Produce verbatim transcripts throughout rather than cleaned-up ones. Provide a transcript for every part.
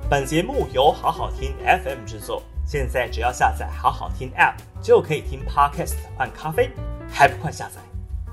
本节目由好好听 F M 制作，现在只要下载好好听 App 就可以听 Podcast 换咖啡，还不快下载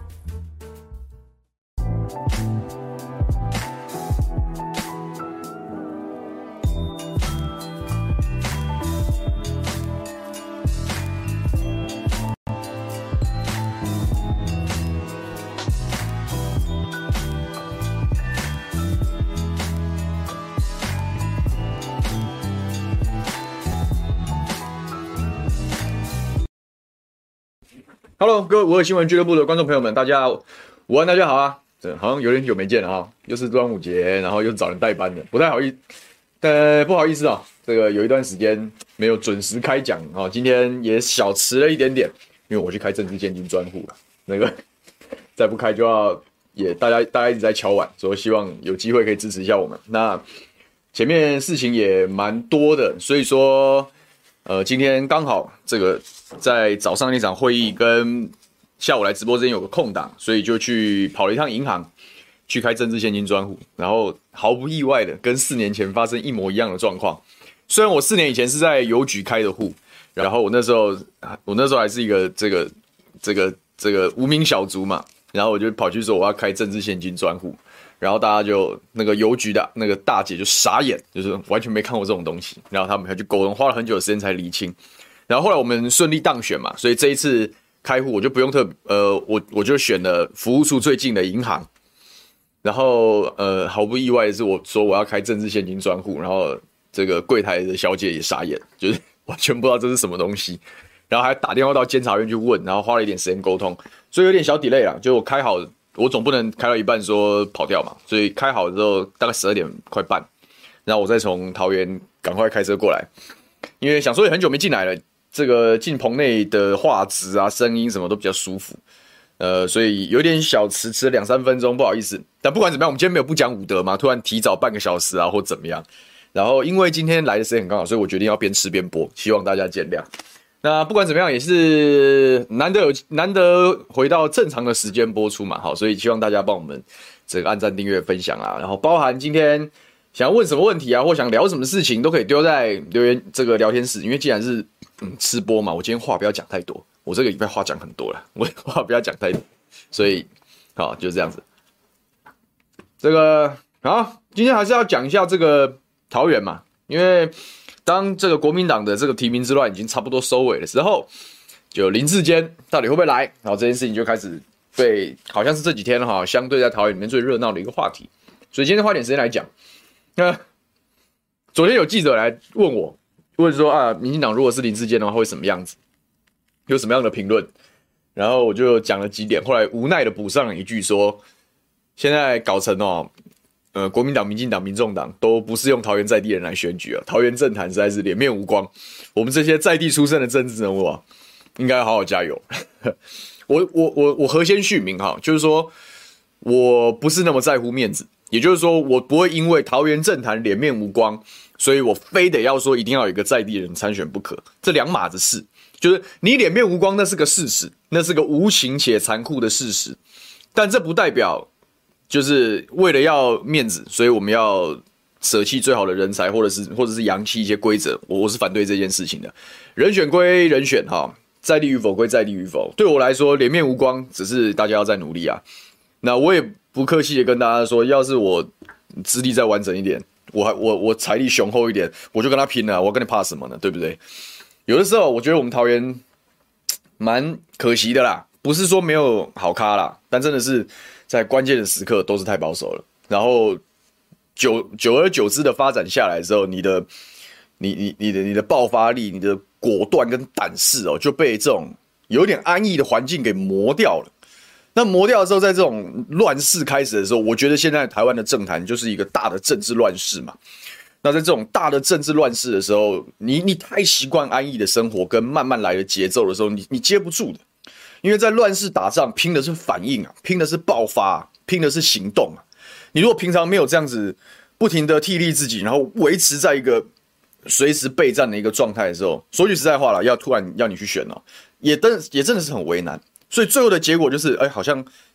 ？Hello， 各位五二新闻俱乐部的观众朋友们，大家午安，大家好啊！这好像有点久没见了哈，又是端午节，然后又是找人代班的，不太好意思，呃，不好意思啊、哦，这个有一段时间没有准时开讲啊、哦，今天也小迟了一点点，因为我去开政治现金专户了，那个再不开就要也大家大家一直在敲碗，所以希望有机会可以支持一下我们。那前面事情也蛮多的，所以说。呃，今天刚好这个在早上那场会议跟下午来直播之间有个空档，所以就去跑了一趟银行，去开政治现金专户，然后毫不意外的跟四年前发生一模一样的状况。虽然我四年以前是在邮局开的户，然后我那时候我那时候还是一个这个这个这个无名小卒嘛，然后我就跑去说我要开政治现金专户。然后大家就那个邮局的那个大姐就傻眼，就是完全没看过这种东西。然后他们还去沟通，花了很久的时间才厘清。然后后来我们顺利当选嘛，所以这一次开户我就不用特呃，我我就选了服务处最近的银行。然后呃，毫不意外的是，我说我要开政治现金专户，然后这个柜台的小姐也傻眼，就是完全不知道这是什么东西。然后还打电话到监察院去问，然后花了一点时间沟通，所以有点小 delay 啦，就我开好。我总不能开到一半说跑掉嘛，所以开好之后大概十二点快半，然后我再从桃园赶快开车过来，因为想说也很久没进来了，这个进棚内的画质啊、声音什么都比较舒服，呃，所以有点小迟，迟了两三分钟，不好意思。但不管怎么样，我们今天没有不讲武德嘛，突然提早半个小时啊，或怎么样。然后因为今天来的时间很刚好，所以我决定要边吃边播，希望大家见谅。那不管怎么样，也是难得有难得回到正常的时间播出嘛，好，所以希望大家帮我们这个按赞、订阅、分享啊，然后包含今天想要问什么问题啊，或想聊什么事情，都可以丢在留言这个聊天室。因为既然是嗯吃播嘛，我今天话不要讲太多，我这个礼拜话讲很多了，我话不要讲太多，所以好就这样子。这个好，今天还是要讲一下这个桃园嘛，因为。当这个国民党的这个提名之乱已经差不多收尾的时候，就林智坚到底会不会来？然后这件事情就开始被好像是这几天哈，相对在桃园里面最热闹的一个话题。所以今天花点时间来讲。那昨天有记者来问我，问说啊，民进党如果是林智坚的话会什么样子？有什么样的评论？然后我就讲了几点，后来无奈的补上了一句说，现在搞成哦。呃，国民党、民进党、民众党都不是用桃园在地人来选举啊，桃园政坛实在是脸面无光。我们这些在地出身的政治人物啊，应该要好好加油。我我我我何先续名哈，就是说我不是那么在乎面子，也就是说我不会因为桃园政坛脸面无光，所以我非得要说一定要有一个在地人参选不可，这两码子事。就是你脸面无光，那是个事实，那是个无情且残酷的事实，但这不代表。就是为了要面子，所以我们要舍弃最好的人才，或者是或者是扬弃一些规则。我我是反对这件事情的。人选归人选哈，在地与否归在地与否。对我来说，脸面无光，只是大家要再努力啊。那我也不客气的跟大家说，要是我资历再完整一点，我还我我财力雄厚一点，我就跟他拼了。我跟你怕什么呢？对不对？有的时候我觉得我们桃园蛮可惜的啦，不是说没有好咖啦，但真的是。在关键的时刻都是太保守了，然后久久而久之的发展下来之后，你的你你你的你的爆发力、你的果断跟胆识哦，就被这种有点安逸的环境给磨掉了。那磨掉的时候，在这种乱世开始的时候，我觉得现在台湾的政坛就是一个大的政治乱世嘛。那在这种大的政治乱世的时候，你你太习惯安逸的生活跟慢慢来的节奏的时候，你你接不住的。因为在乱世打仗，拼的是反应啊，拼的是爆发、啊，拼的是行动啊。你如果平常没有这样子不停的替力自己，然后维持在一个随时备战的一个状态的时候，说句实在话啦，要突然要你去选哦，也真也真的是很为难。所以最后的结果就是，哎，好像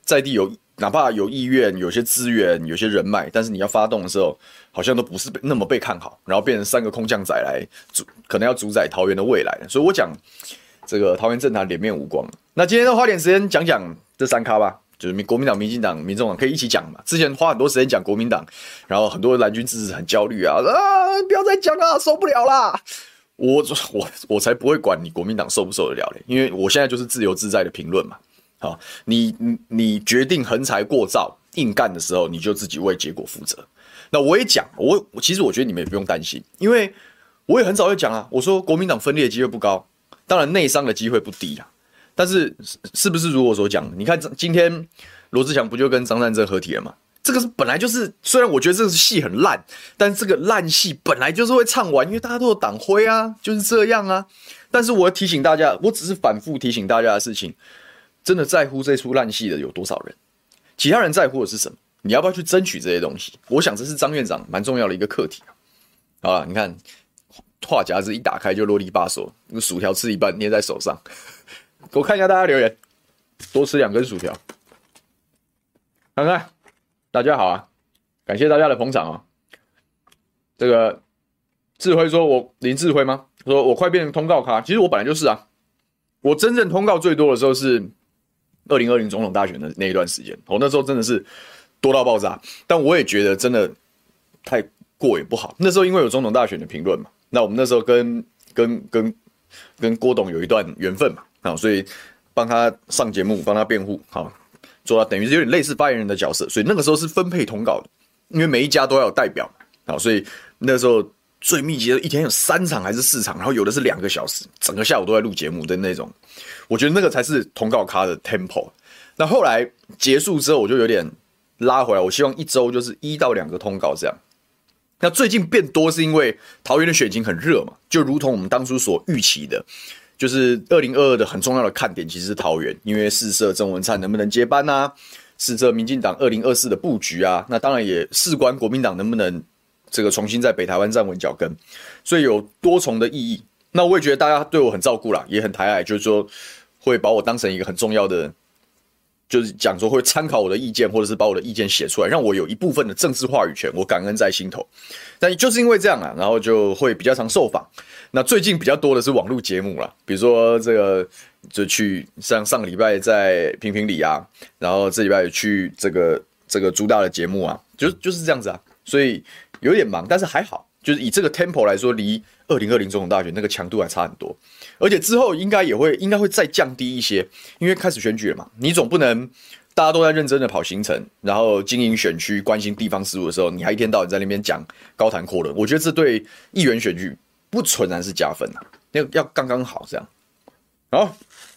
在地有哪怕有意愿、有些资源、有些人脉，但是你要发动的时候，好像都不是那么被看好，然后变成三个空降仔来主，可能要主宰桃园的未来。所以我讲这个桃园政坛脸面无光。那今天要花点时间讲讲这三咖吧。就是国民党、民进党、民众党可以一起讲嘛。之前花很多时间讲国民党，然后很多蓝军支持很焦虑啊，啊，不要再讲了，受不了啦！我我我才不会管你国民党受不受得了嘞，因为我现在就是自由自在的评论嘛。好，你你你决定横财过造、硬干的时候，你就自己为结果负责。那我也讲，我其实我觉得你们也不用担心，因为我也很早就讲啊，我说国民党分裂的机会不高，当然内伤的机会不低啊。但是是不是如我所讲？你看今天罗志祥不就跟张善政合体了吗？这个是本来就是，虽然我觉得这个戏很烂，但这个烂戏本来就是会唱完，因为大家都有党徽啊，就是这样啊。但是我要提醒大家，我只是反复提醒大家的事情，真的在乎这出烂戏的有多少人？其他人在乎的是什么？你要不要去争取这些东西？我想这是张院长蛮重要的一个课题。好了，你看话匣子一打开就啰里吧嗦，薯条吃一半捏在手上。我看一下大家留言，多吃两根薯条。看看，大家好啊，感谢大家的捧场啊。这个智慧说我林智慧吗？说我快变成通告咖，其实我本来就是啊。我真正通告最多的时候是二零二零总统大选的那一段时间，我那时候真的是多到爆炸。但我也觉得真的太过也不好。那时候因为有总统大选的评论嘛，那我们那时候跟跟跟跟郭董有一段缘分嘛。好，所以帮他上节目，帮他辩护，好，做到等于是有点类似发言人的角色。所以那个时候是分配通告的，因为每一家都要有代表，好，所以那时候最密集的一天有三场还是四场，然后有的是两个小时，整个下午都在录节目的那种。我觉得那个才是通告咖的 tempo。那后来结束之后，我就有点拉回来，我希望一周就是一到两个通告这样。那最近变多是因为桃园的选情很热嘛，就如同我们当初所预期的。就是二零二二的很重要的看点其实是桃园，因为试射郑文灿能不能接班啊，试射民进党二零二四的布局啊，那当然也事关国民党能不能这个重新在北台湾站稳脚跟，所以有多重的意义。那我也觉得大家对我很照顾啦，也很抬爱，就是说会把我当成一个很重要的，就是讲说会参考我的意见，或者是把我的意见写出来，让我有一部分的政治话语权，我感恩在心头。但就是因为这样啊，然后就会比较常受访。那最近比较多的是网络节目啦，比如说这个就去上上个礼拜在评评理啊，然后这礼拜去这个这个朱大的节目啊，就就是这样子啊，所以有点忙，但是还好，就是以这个 tempo 来说，离二零二零总统大选那个强度还差很多，而且之后应该也会应该会再降低一些，因为开始选举了嘛，你总不能大家都在认真的跑行程，然后经营选区、关心地方事务的时候，你还一天到晚在那边讲高谈阔论，我觉得这对议员选举不纯然是加分啊，要要刚刚好这样。好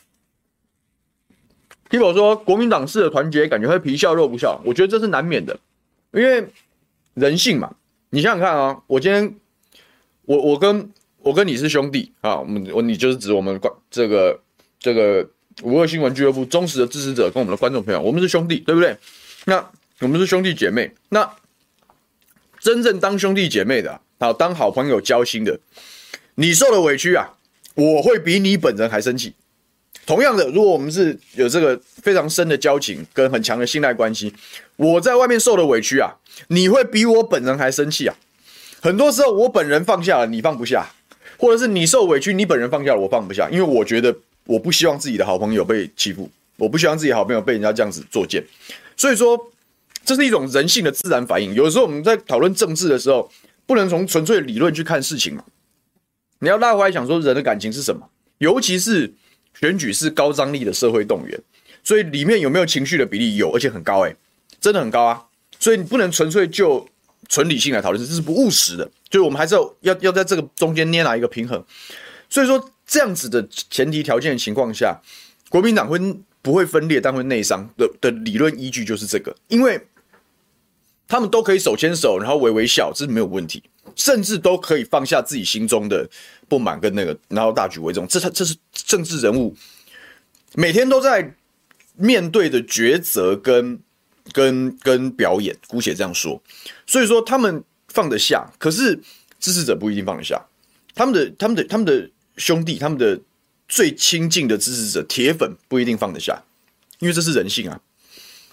，Kibo 说国民党式的团结感觉会皮笑肉不笑，我觉得这是难免的，因为人性嘛。你想想看啊，我今天我我跟我跟你是兄弟啊，我们我你就是指我们这个这个五二新闻俱乐部忠实的支持者跟我们的观众朋友，我们是兄弟，对不对？那我们是兄弟姐妹，那真正当兄弟姐妹的、啊。好，当好朋友交心的，你受的委屈啊，我会比你本人还生气。同样的，如果我们是有这个非常深的交情跟很强的信赖关系，我在外面受的委屈啊，你会比我本人还生气啊。很多时候我本人放下了，你放不下，或者是你受委屈，你本人放下了，我放不下，因为我觉得我不希望自己的好朋友被欺负，我不希望自己的好朋友被人家这样子作践。所以说，这是一种人性的自然反应。有的时候我们在讨论政治的时候，不能从纯粹的理论去看事情嘛，你要拉回来想说人的感情是什么，尤其是选举是高张力的社会动员，所以里面有没有情绪的比例有，而且很高哎、欸，真的很高啊，所以你不能纯粹就纯理性来讨论，这是不务实的，就是我们还是要要要在这个中间捏拿一个平衡。所以说这样子的前提条件的情况下，国民党会不会分裂，但会内伤 的, 的理论依据就是这个，因为他们都可以手牵手，然后微微笑，这是没有问题，甚至都可以放下自己心中的不满跟那个，然后大局为重。这这是政治人物每天都在面对的抉择跟跟跟表演，姑且这样说。所以说他们放得下，可是支持者不一定放得下。他们的他们的他们的兄弟，他们的最亲近的支持者铁粉不一定放得下，因为这是人性啊。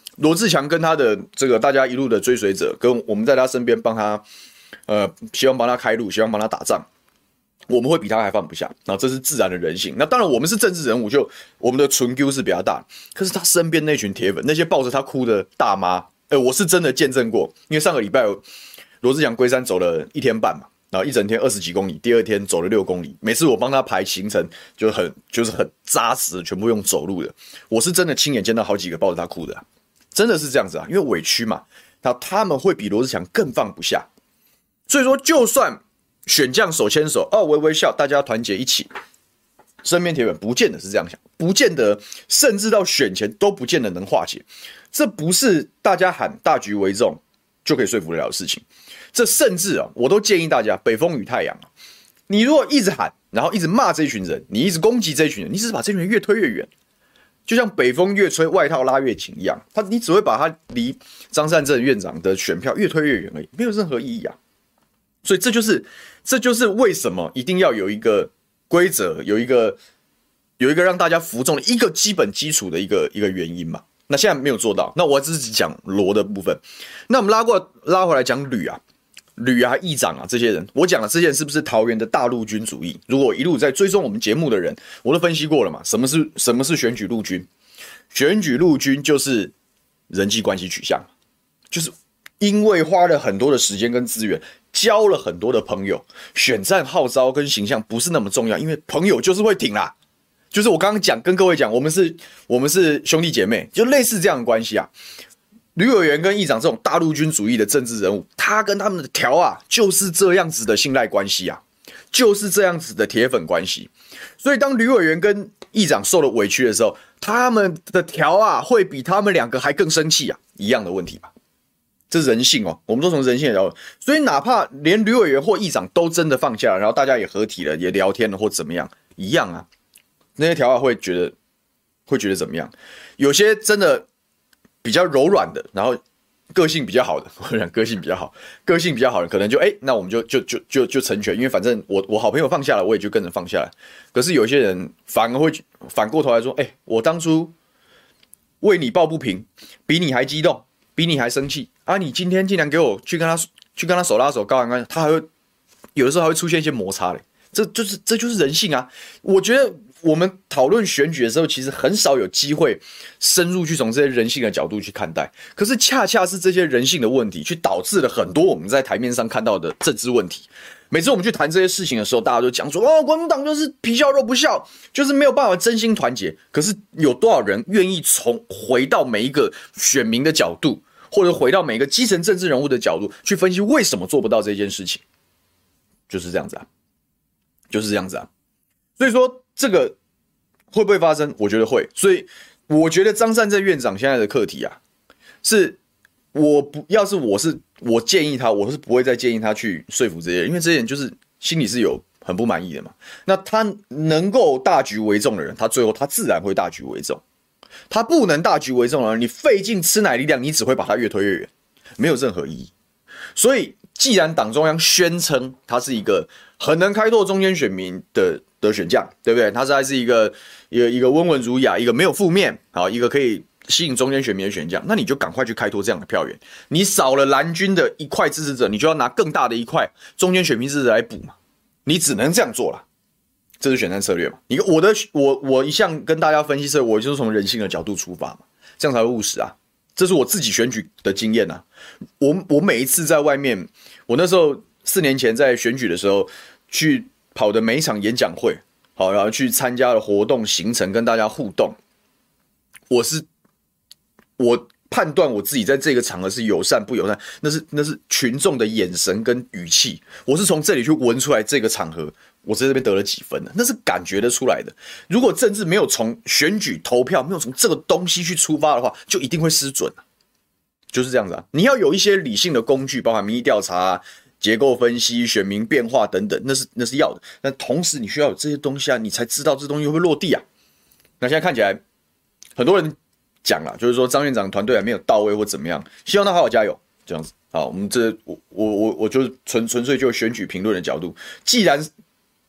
罗志强跟他的这个大家一路的追随者，跟我们在他身边帮他，呃，希望帮他开路，希望帮他打仗，我们会比他还放不下，然后这是自然的人性。那当然，我们是政治人物，就我们的唇揪是比较大，可是他身边那群铁粉，那些抱着他哭的大妈，哎，我是真的见证过。因为上个礼拜罗志祥龟山走了一天半嘛，然后一整天二十几公里，第二天走了六公里。每次我帮他排行程，就很就是很扎实，全部用走路的。我是真的亲眼见到好几个抱着他哭的、啊，真的是这样子啊，因为委屈嘛，那他们会比罗志祥更放不下。所以说，就算选将手牵手，哦，微微笑，大家团结一起，身边铁粉不见得是这样想，不见得，甚至到选前都不见得能化解。这不是大家喊大局为重就可以说服得了的事情。这甚至啊，我都建议大家，北风与太阳啊，你如果一直喊，然后一直骂这一群人，你一直攻击这一群人，你只是把这群人越推越远。就像北风越吹，外套拉越紧一样，他你只会把他离张善政院长的选票越推越远而已，没有任何意义啊。所以这就是这就是为什么一定要有一个规则，有一个有一个让大家服众的一个基本基础的一个一个原因嘛。那现在没有做到，那我只是讲罗的部分。那我们拉过拉回来讲吕啊。吕啊、议长啊，这些人，我讲了这些人是不是桃园的大陆军主义？如果一路在追踪我们节目的人，我都分析过了嘛。什么是什么是选举陆军？选举陆军就是人际关系取向，就是因为花了很多的时间跟资源，交了很多的朋友，选战号召跟形象不是那么重要，因为朋友就是会挺啦。就是我刚刚讲跟各位讲，我们是我们是兄弟姐妹，就类似这样的关系啊。吕委员跟议长这种大陆军主义的政治人物，他跟他们的条啊，就是这样子的信赖关系啊，就是这样子的铁粉关系。所以当吕委员跟议长受了委屈的时候，他们的条啊，会比他们两个还更生气啊，一样的问题吧。这是人性哦，我们都从人性的角度，所以哪怕连吕委员或议长都真的放下了，然后大家也合体了，也聊天了或怎么样，一样啊，那些条啊会觉得会觉得怎么样？有些真的比较柔软的，然后个性比较好的，我讲个性比较好，个性比较好的，可能就哎、欸，那我们就就就就就成全，因为反正我我好朋友放下了，我也就跟着放下来。可是有些人反而会反过头来说，哎、欸，我当初为你抱不平，比你还激动，比你还生气啊！你今天竟然给我去跟他去跟他手拉手，高喊高喊，他还会有的时候还会出现一些摩擦嘞，这就是这就是人性啊！我觉得。我们讨论选举的时候，其实很少有机会深入去从这些人性的角度去看待。可是恰恰是这些人性的问题，去导致了很多我们在台面上看到的政治问题。每次我们去谈这些事情的时候，大家都讲说：“哦，国民党就是皮笑肉不笑，就是没有办法真心团结。”可是有多少人愿意从回到每一个选民的角度，或者回到每一个基层政治人物的角度，去分析为什么做不到这件事情？就是这样子啊，就是这样子啊。所以说。这个会不会发生？我觉得会，所以我觉得张善政院长现在的课题啊，是我不要是我是我建议他，我是不会再建议他去说服这些人，因为这些人就是心里是有很不满意的嘛。那他能够大局为重的人，他最后他自然会大局为重；他不能大局为重的人，你费尽吃奶力量，你只会把他越推越远，没有任何意义。所以，既然党中央宣称他是一个很能开拓中间选民的。的选将，对不对？他是还是一个一个一个温文儒雅，一个没有负面，好，一个可以吸引中间选民的选将。那你就赶快去开拓这样的票源。你少了蓝军的一块支持者，你就要拿更大的一块中间选民支持者来补嘛。你只能这样做了，这是选战策略嘛。你我的我我一向跟大家分析策略，我就是从人性的角度出发嘛，这样才会务实啊。这是我自己选举的经验啊。我我每一次在外面，我那时候四年前在选举的时候去。跑的每一场演讲会，好，然后去参加了活动行程，跟大家互动。我是我判断我自己在这个场合是友善不友善，那是那是群众的眼神跟语气，我是从这里去闻出来这个场合我在这边得了几分的，那是感觉得出来的。如果政治没有从选举投票没有从这个东西去出发的话，就一定会失准，就是这样子啊。你要有一些理性的工具，包含民意调查啊。结构分析、选民变化等等，那是那是要的。但同时，你需要有这些东西啊，你才知道这东西会不会落地啊。那现在看起来，很多人讲啦，就是说张院长团队还没有到位或怎么样，希望他好好加油，这样子。好，我们这我我我我就是纯纯粹就选举评论的角度，既然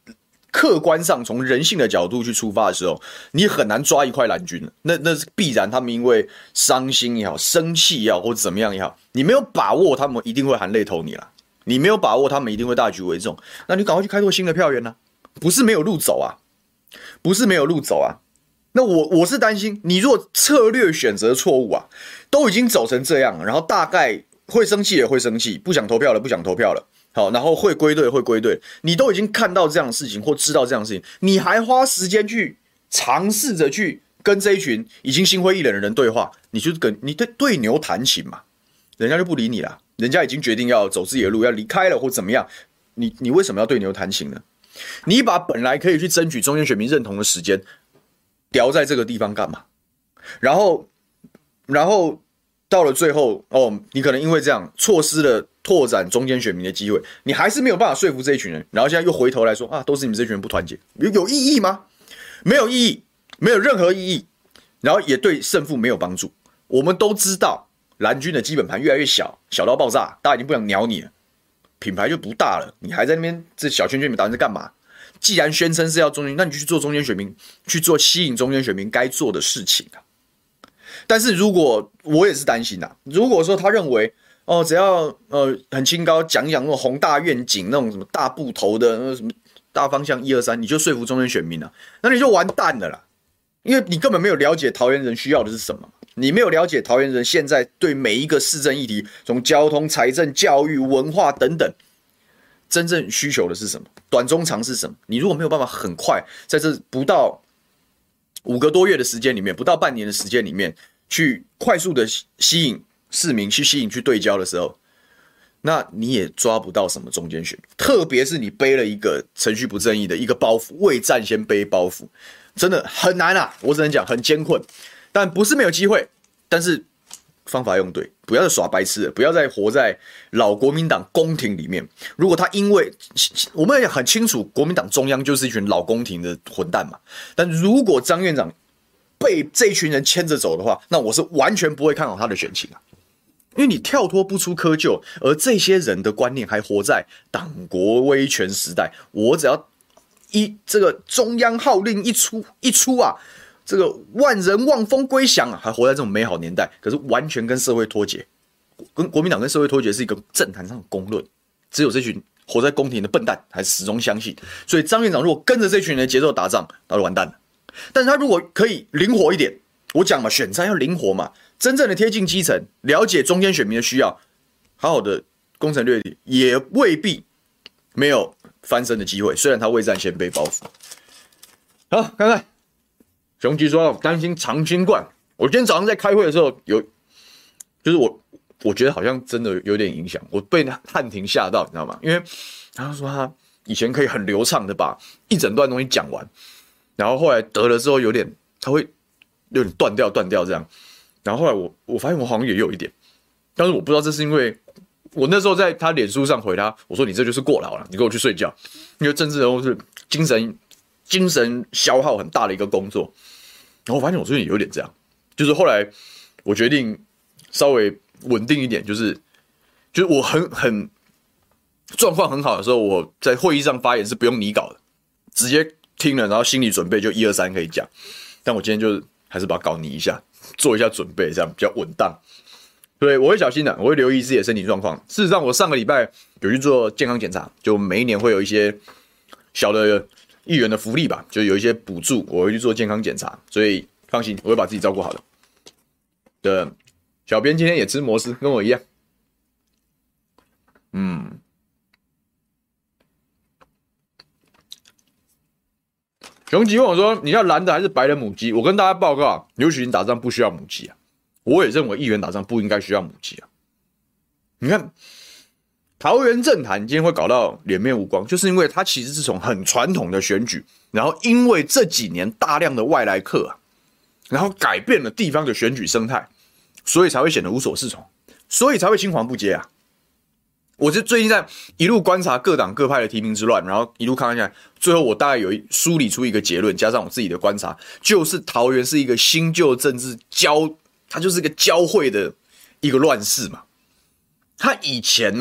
客观上从人性的角度去出发的时候，你很难抓一块蓝军。那那是必然，他们因为伤心也好、生气也好，或者怎么样也好，你没有把握，他们一定会含泪投你啦。你没有把握，他们一定会大局为重。那你赶快去开拓新的票源啊！不是没有路走啊，不是没有路走啊。那我我是担心，你如果策略选择错误啊，都已经走成这样了，然后大概会生气也会生气，不想投票了不想投票了。好，然后会归队会归队，你都已经看到这样的事情或知道这样的事情，你还花时间去尝试着去跟这一群已经心灰意冷的人对话，你就跟你对对牛弹琴嘛，人家就不理你了，人家已经决定要走自己的路，要离开了或怎么样，你你为什么要对牛弹琴呢？你把本来可以去争取中间选民认同的时间掉在这个地方干嘛？然后，然后到了最后，哦，你可能因为这样错失了拓展中间选民的机会，你还是没有办法说服这一群人，然后现在又回头来说啊，都是你们这群人不团结，有有意义吗？没有意义，没有任何意义，然后也对胜负没有帮助。我们都知道蓝军的基本盘越来越小，小到爆炸，大家已经不想鸟你了，品牌就不大了，你还在那边这小圈圈里面打算在干嘛？既然宣称是要中间，那你就去做中间选民，去做吸引中间选民该做的事情啊。但是如果我也是担心啊，如果说他认为哦，只要呃很清高讲一讲那种宏大愿景，那种什么大部头的那什么大方向一二三，你就说服中间选民啊，那你就完蛋了啦，因为你根本没有了解桃园人需要的是什么，你没有了解桃园人现在对每一个市政议题，从交通、财政、教育、文化等等，真正需求的是什么，短中长是什么？你如果没有办法很快在这不到五个多月的时间里面，不到半年的时间里面，去快速的吸引市民，去吸引去对焦的时候，那你也抓不到什么中间选民。特别是你背了一个程序不正义的一个包袱，未战先背包袱，真的很难啊！我只能讲很艰困，但不是没有机会，但是方法用对，不要再耍白痴了，不要再活在老国民党宫廷里面。如果他因为我们也很清楚，国民党中央就是一群老宫廷的混蛋嘛，但如果张院长被这一群人牵着走的话，那我是完全不会看好他的选情啊。因为你跳脱不出窠臼，而这些人的观念还活在党国威权时代。我只要一这个中央号令一出一出啊，这个万人望风归降啊，还活在这种美好年代，可是完全跟社会脱节，跟国民党跟社会脱节是一个政坛上的公论。只有这群活在宫廷的笨蛋还始终相信，所以张院长如果跟着这群人的节奏打仗，他就完蛋了。但是他如果可以灵活一点，我讲嘛，选战要灵活嘛，真正的贴近基层，了解中间选民的需要，好好的攻城略地，也未必没有翻身的机会。虽然他未战先背包袱。好，看看熊吉说担心长青冠，我今天早上在开会的时候有，就是我我觉得好像真的有点影响，我被汉庭吓到，你知道吗？因为他说他以前可以很流畅的把一整段东西讲完，然后后来得了之后有点他会有点断掉断掉这样，然后后来我我发现我好像也有一点，但是我不知道这是因为我那时候在他脸书上回他，我说你这就是过劳了，你给我去睡觉，因为政治人物是精神精神消耗很大的一个工作，然后我发现我最近也有点这样，就是后来我决定稍微稳定一点，就是就是我很很状况很好的时候，我在会议上发言是不用拟稿的，直接听了，然后心理准备就一二三可以讲。但我今天就是还是把它搞拟一下，做一下准备，这样比较稳当。对，我会小心的，我会留意自己的身体状况。事实上，我上个礼拜有去做健康检查，就每一年会有一些小的议员的福利吧，就有一些补助，我会去做健康检查，所以放心，我会把自己照顾好的。的，小编今天也吃摩斯，跟我一样。嗯。熊吉问我说：“你要蓝的还是白的母鸡？”我跟大家报告啊，刘许麟打仗不需要母鸡啊。我也认为议员打仗不应该需要母鸡啊。你看，桃园政坛今天会搞到脸面无光，就是因为它其实是从很传统的选举，然后因为这几年大量的外来客啊，然后改变了地方的选举生态，所以才会显得无所适从，所以才会青黄不接啊。我是最近在一路观察各党各派的提名之乱，然后一路看看下来，最后我大概有梳理出一个结论，加上我自己的观察，就是桃园是一个新旧政治交，它就是一个交汇的一个乱世嘛。它以前呐、啊，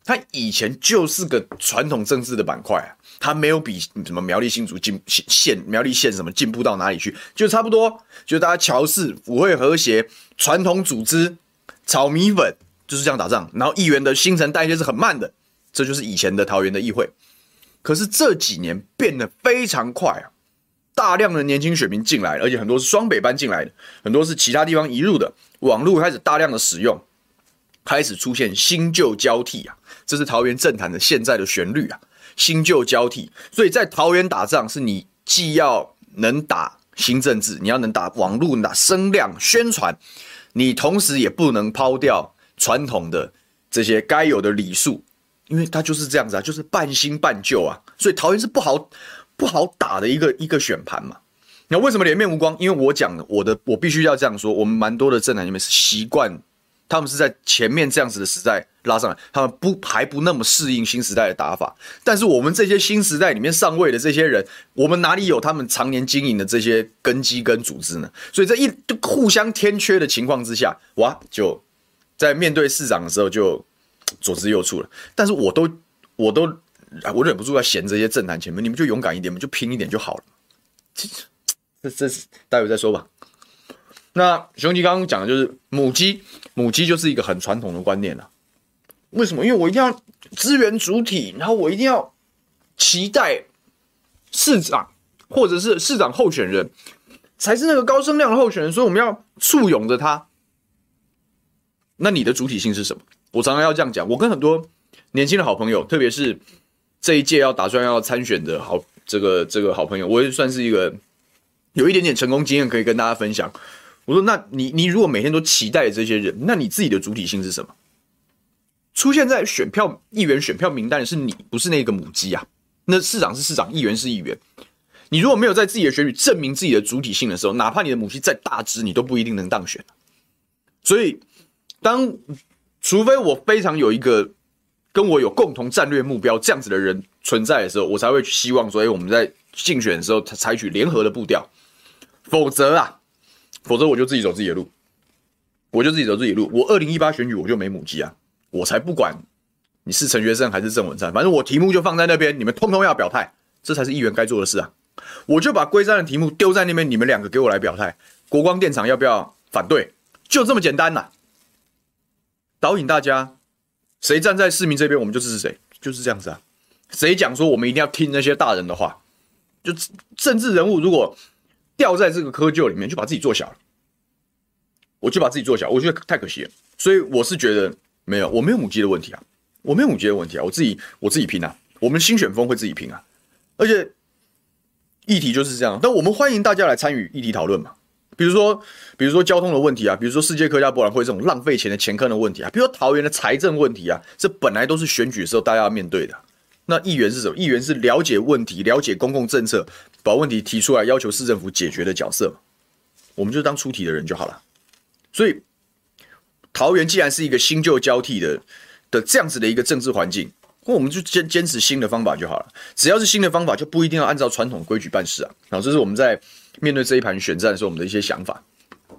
它以前就是个传统政治的板块啊，它没有比什么苗栗新竹进县、苗栗县什么进步到哪里去，就差不多，就大家乔氏、府会和谐、传统组织、炒米粉就是这样打仗，然后议员的新陈代谢是很慢的，这就是以前的桃园的议会。可是这几年变得非常快啊，大量的年轻选民进来了，而且很多是双北班进来的，很多是其他地方移入的，网络开始大量的使用。开始出现新旧交替啊，这是桃园政坛的现在的旋律啊，新旧交替。所以在桃园打仗，是你既要能打新政治，你要能打网络、打声量、宣传，你同时也不能抛掉传统的这些该有的礼数，因为它就是这样子啊，就是半新半旧啊。所以桃园是不好不好打的一个一个选盘嘛。那为什么脸面无光？因为我讲我的，我必须要这样说，我们蛮多的政坛里面是习惯。他们是在前面这样子的时代拉上来，他们不还不那么适应新时代的打法。但是我们这些新时代里面上位的这些人，我们哪里有他们常年经营的这些根基跟组织呢？所以在一互相天缺的情况之下，哇，就在面对市长的时候就左支右绌了。但是我都我都我忍不住要嫌这些政坛前面，你们就勇敢一点，你们就拼一点就好了。这这这待会再说吧。那熊吉刚刚讲的就是母鸡，母鸡就是一个很传统的观念啦。为什么？因为我一定要支援主体，然后我一定要期待市长或者是市长候选人才是那个高声量的候选人，所以我们要簇拥着他。那你的主体性是什么？我常常要这样讲。我跟很多年轻的好朋友，特别是这一届要打算要参选的好这个这个好朋友，我也算是一个有一点点成功经验可以跟大家分享。我说，那你你如果每天都期待这些人，那你自己的主体性是什么？出现在选票议员选票名单的是你，不是那个母鸡啊。那市长是市长，议员是议员。你如果没有在自己的选举证明自己的主体性的时候，哪怕你的母鸡再大只，你都不一定能当选。所以，当除非我非常有一个跟我有共同战略目标这样子的人存在的时候，我才会希望说，哎，我们在竞选的时候采取联合的步调。否则啊。否则我就自己走自己的路，我就自己走自己的路。我二零一八选举我就没母鸡啊，我才不管你是陈学圣还是郑文灿，反正我题目就放在那边，你们通通要表态，这才是议员该做的事啊。我就把龟山的题目丢在那边，你们两个给我来表态，国光电厂要不要反对，就这么简单啦。导引大家，谁站在市民这边，我们就支持谁，就是这样子啊。谁讲说我们一定要听那些大人的话，就政治人物如果掉在这个窠臼里面，就把自己做小了。我就把自己做小，我觉得太可惜了。所以我是觉得没有，我没有母鸡的问题啊，我没有母鸡的问题啊，我自己我自己拼啊，我们新选风会自己拼啊。而且议题就是这样，但我们欢迎大家来参与议题讨论嘛。比如说，比如说交通的问题啊，比如说世界客家博览会这种浪费钱的钱坑的问题啊，比如说桃园的财政问题啊，这本来都是选举的时候大家要面对的。那议员是什么？议员是了解问题、了解公共政策，把问题提出来，要求市政府解决的角色嘛。我们就当出题的人就好了。所以，桃园既然是一个新旧交替的的这样子的一个政治环境，我们就坚坚持新的方法就好了。只要是新的方法，就不一定要按照传统规矩办事啊。好，这是我们在面对这一盘选战的时候，我们的一些想法。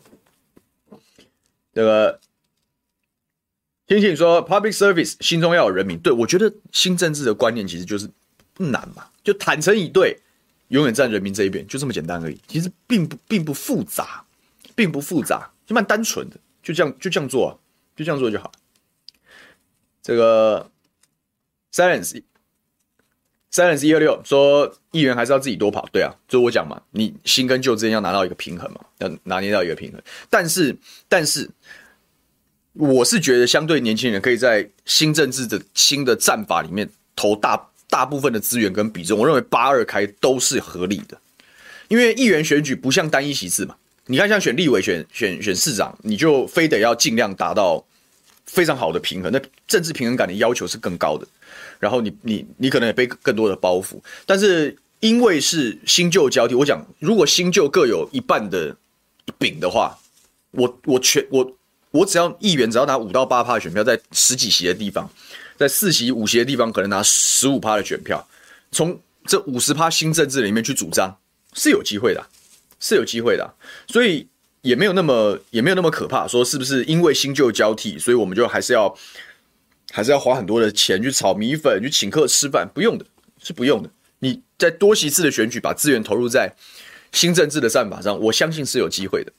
这个。听听说 public service 心中要有人民，对，我觉得新政治的观念其实就是不难嘛，就坦诚以对，永远站人民这一边，就这么简单而已。其实并不并不复杂，并不复杂，就蛮单纯的，就这样就这样做、啊，就这样做就好。这个 silence silence 一二六说议员还是要自己多跑，对啊，就我讲嘛，你新跟旧之间要拿到一个平衡嘛，要拿捏到一个平衡，但是但是。我是觉得，相对年轻人可以在新政治的新的战法里面投大大部分的资源跟比重，我认为八二开都是合理的。因为议员选举不像单一席次嘛，你看像选立委、选选选市长，你就非得要尽量达到非常好的平衡，那政治平衡感的要求是更高的。然后你你你可能也背更多的包袱，但是因为是新旧交替，我讲如果新旧各有一半的饼的话，我我全我。我只要议员只要拿五到八趴的选票，在十几席的地方，在四席五席的地方，可能拿十五趴的选票，从这五十趴新政治里面去主张，是有机会的、啊，是有机会的、啊，所以也没有那么也没有那么可怕。说是不是因为新旧交替，所以我们就还是要还是要花很多的钱去炒米粉、去请客吃饭？不用的，是不用的。你在多席次的选举，把资源投入在新政治的战法上，我相信是有机会的。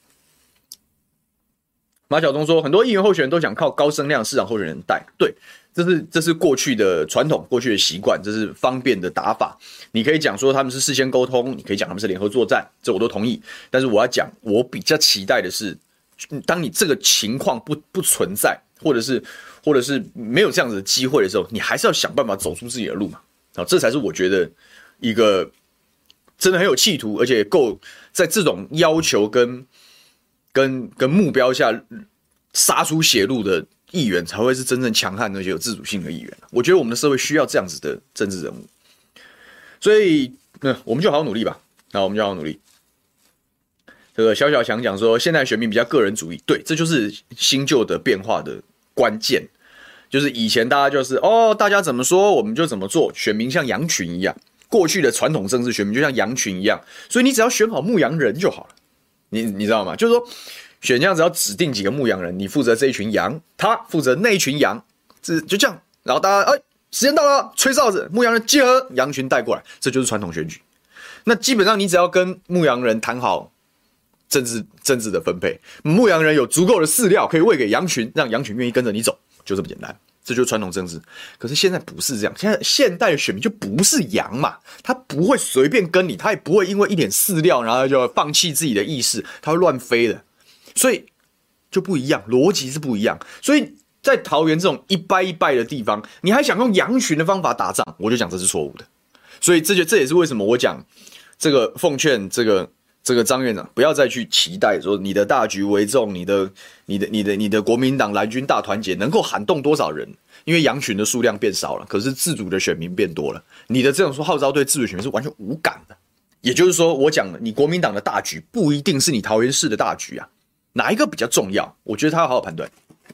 马晓东说，很多议员候选人都想靠高声量市长候选人带，对，这是这是过去的传统，过去的习惯，这是方便的打法。你可以讲说他们是事先沟通，你可以讲他们是联合作战，这我都同意。但是我要讲，我比较期待的是，当你这个情况不不存在，或者是或者是没有这样子的机会的时候，你还是要想办法走出自己的路嘛。好，这才是我觉得一个真的很有企图，而且够在这种要求跟。跟跟目标下杀出血路的议员，才会是真正强悍而且有自主性的议员。我觉得我们的社会需要这样子的政治人物，所以，嗯，我们就好好努力吧。好，我们就好好努力。这个小小强讲说，现在选民比较个人主义，对，这就是新旧的变化的关键。就是以前大家就是哦，大家怎么说我们就怎么做，选民像羊群一样。过去的传统政治选民就像羊群一样，所以你只要选好牧羊人就好了。你你知道吗？就是说，选项只要指定几个牧羊人，你负责这一群羊，他负责那一群羊，这就这样。然后大家，哎，时间到了，吹哨子，牧羊人集合，羊群带过来，这就是传统选举。那基本上你只要跟牧羊人谈好政治政治的分配，牧羊人有足够的饲料可以喂给羊群，让羊群愿意跟着你走，就这么简单。这就是传统政治。可是现在不是这样，现在现代的选民就不是羊嘛，他不会随便跟你，他也不会因为一点饲料然后就放弃自己的意识，他会乱飞的，所以就不一样，逻辑是不一样。所以在桃园这种一掰一掰的地方，你还想用羊群的方法打仗，我就讲这是错误的。所以这就这也是为什么我讲这个奉劝这个。这个张院长不要再去期待说你的大局为重，你的、你的、你的、你的国民党蓝军大团结能够喊动多少人？因为羊群的数量变少了，可是自主的选民变多了。你的这种说号召对自主选民是完全无感的。也就是说，我讲了，你国民党的大局不一定是你桃园市的大局啊，哪一个比较重要？我觉得他要好好判断。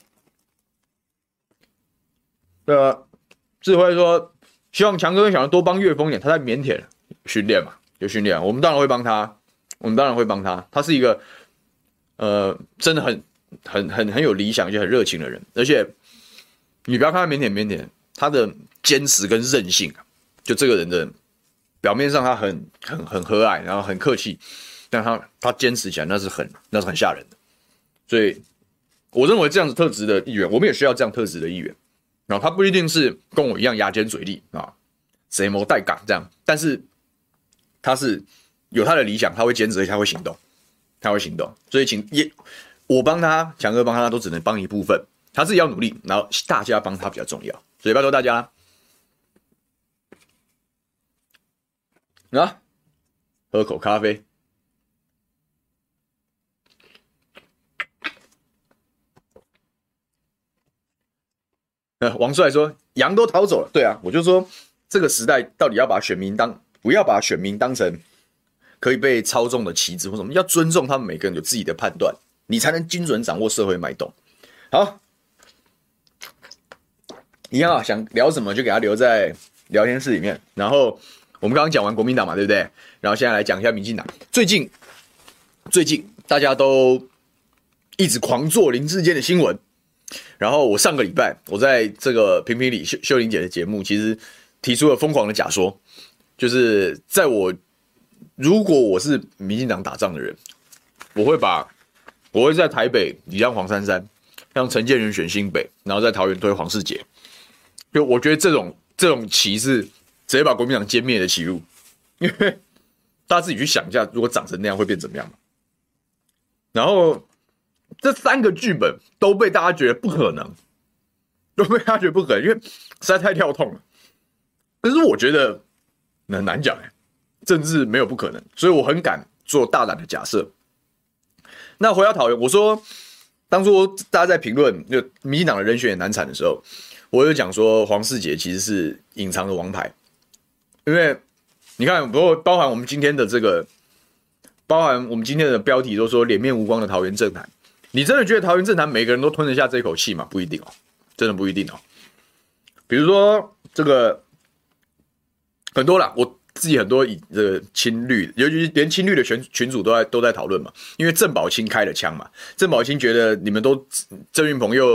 呃，智慧说希望强哥跟小杨多帮岳峰一点，他在腼腆训练嘛，有训练，我们当然会帮他。我们当然会帮他，他是一个，呃，真的很、很、很、很有理想，而且很热情的人。而且，你不要看他腼腆腼腆，他的坚持跟韧性，就这个人的表面上他很、很、很和蔼，然后很客气，但他他坚持起来那是很、那是很吓人的。所以，我认为这样子特质的议员，我们也需要这样特质的议员。然后他不一定是跟我一样牙尖嘴利啊，贼谋带港这样，但是他是。有他的理想，他会坚持，而且他会行动，他会行动。所以请也，我帮他，强哥帮他，都只能帮一部分，他自己要努力，然后大家帮他比较重要。所以拜托大家，啊，喝口咖啡。呃，王帅说羊都逃走了，对啊，我就说这个时代到底要把选民当，不要把选民当成。可以被操纵的旗帜或什么，要尊重他们每个人有自己的判断，你才能精准掌握社会脉动。好，一样啊，想聊什么就给他留在聊天室里面。然后我们刚刚讲完国民党嘛，对不对？然后现在来讲一下民进党。最近，最近大家都一直狂做林智坚的新闻。然后我上个礼拜我在这个评评理秀秀玲姐的节目，其实提出了疯狂的假说，就是在我。如果我是民进党打仗的人，我会把我会在台北礼让黄珊珊，让陈建仁选新北，然后在桃园推黄世杰。就我觉得这种这种棋是直接把国民党歼灭的棋路，因为大家自己去想一下，如果长成那样会变怎么样嘛？然后这三个剧本都被大家觉得不可能，都被大家觉得不可能，因为实在太跳痛了。可是我觉得很难讲哎、欸。政治没有不可能，所以我很敢做大胆的假设。那回到桃园，我说当初大家在评论就民进党的人选也难产的时候，我有讲说黄世杰其实是隐藏的王牌，因为你看，不过包含我们今天的这个，包含我们今天的标题都说脸面无光的桃园政坛，你真的觉得桃园政坛每个人都吞得下这口气吗？不一定哦，真的不一定哦。比如说这个很多啦，我。自己很多以这个亲绿，尤其是连亲绿的群群组都在都在讨论嘛，因为郑宝清开了枪嘛，郑宝清觉得你们都郑运鹏又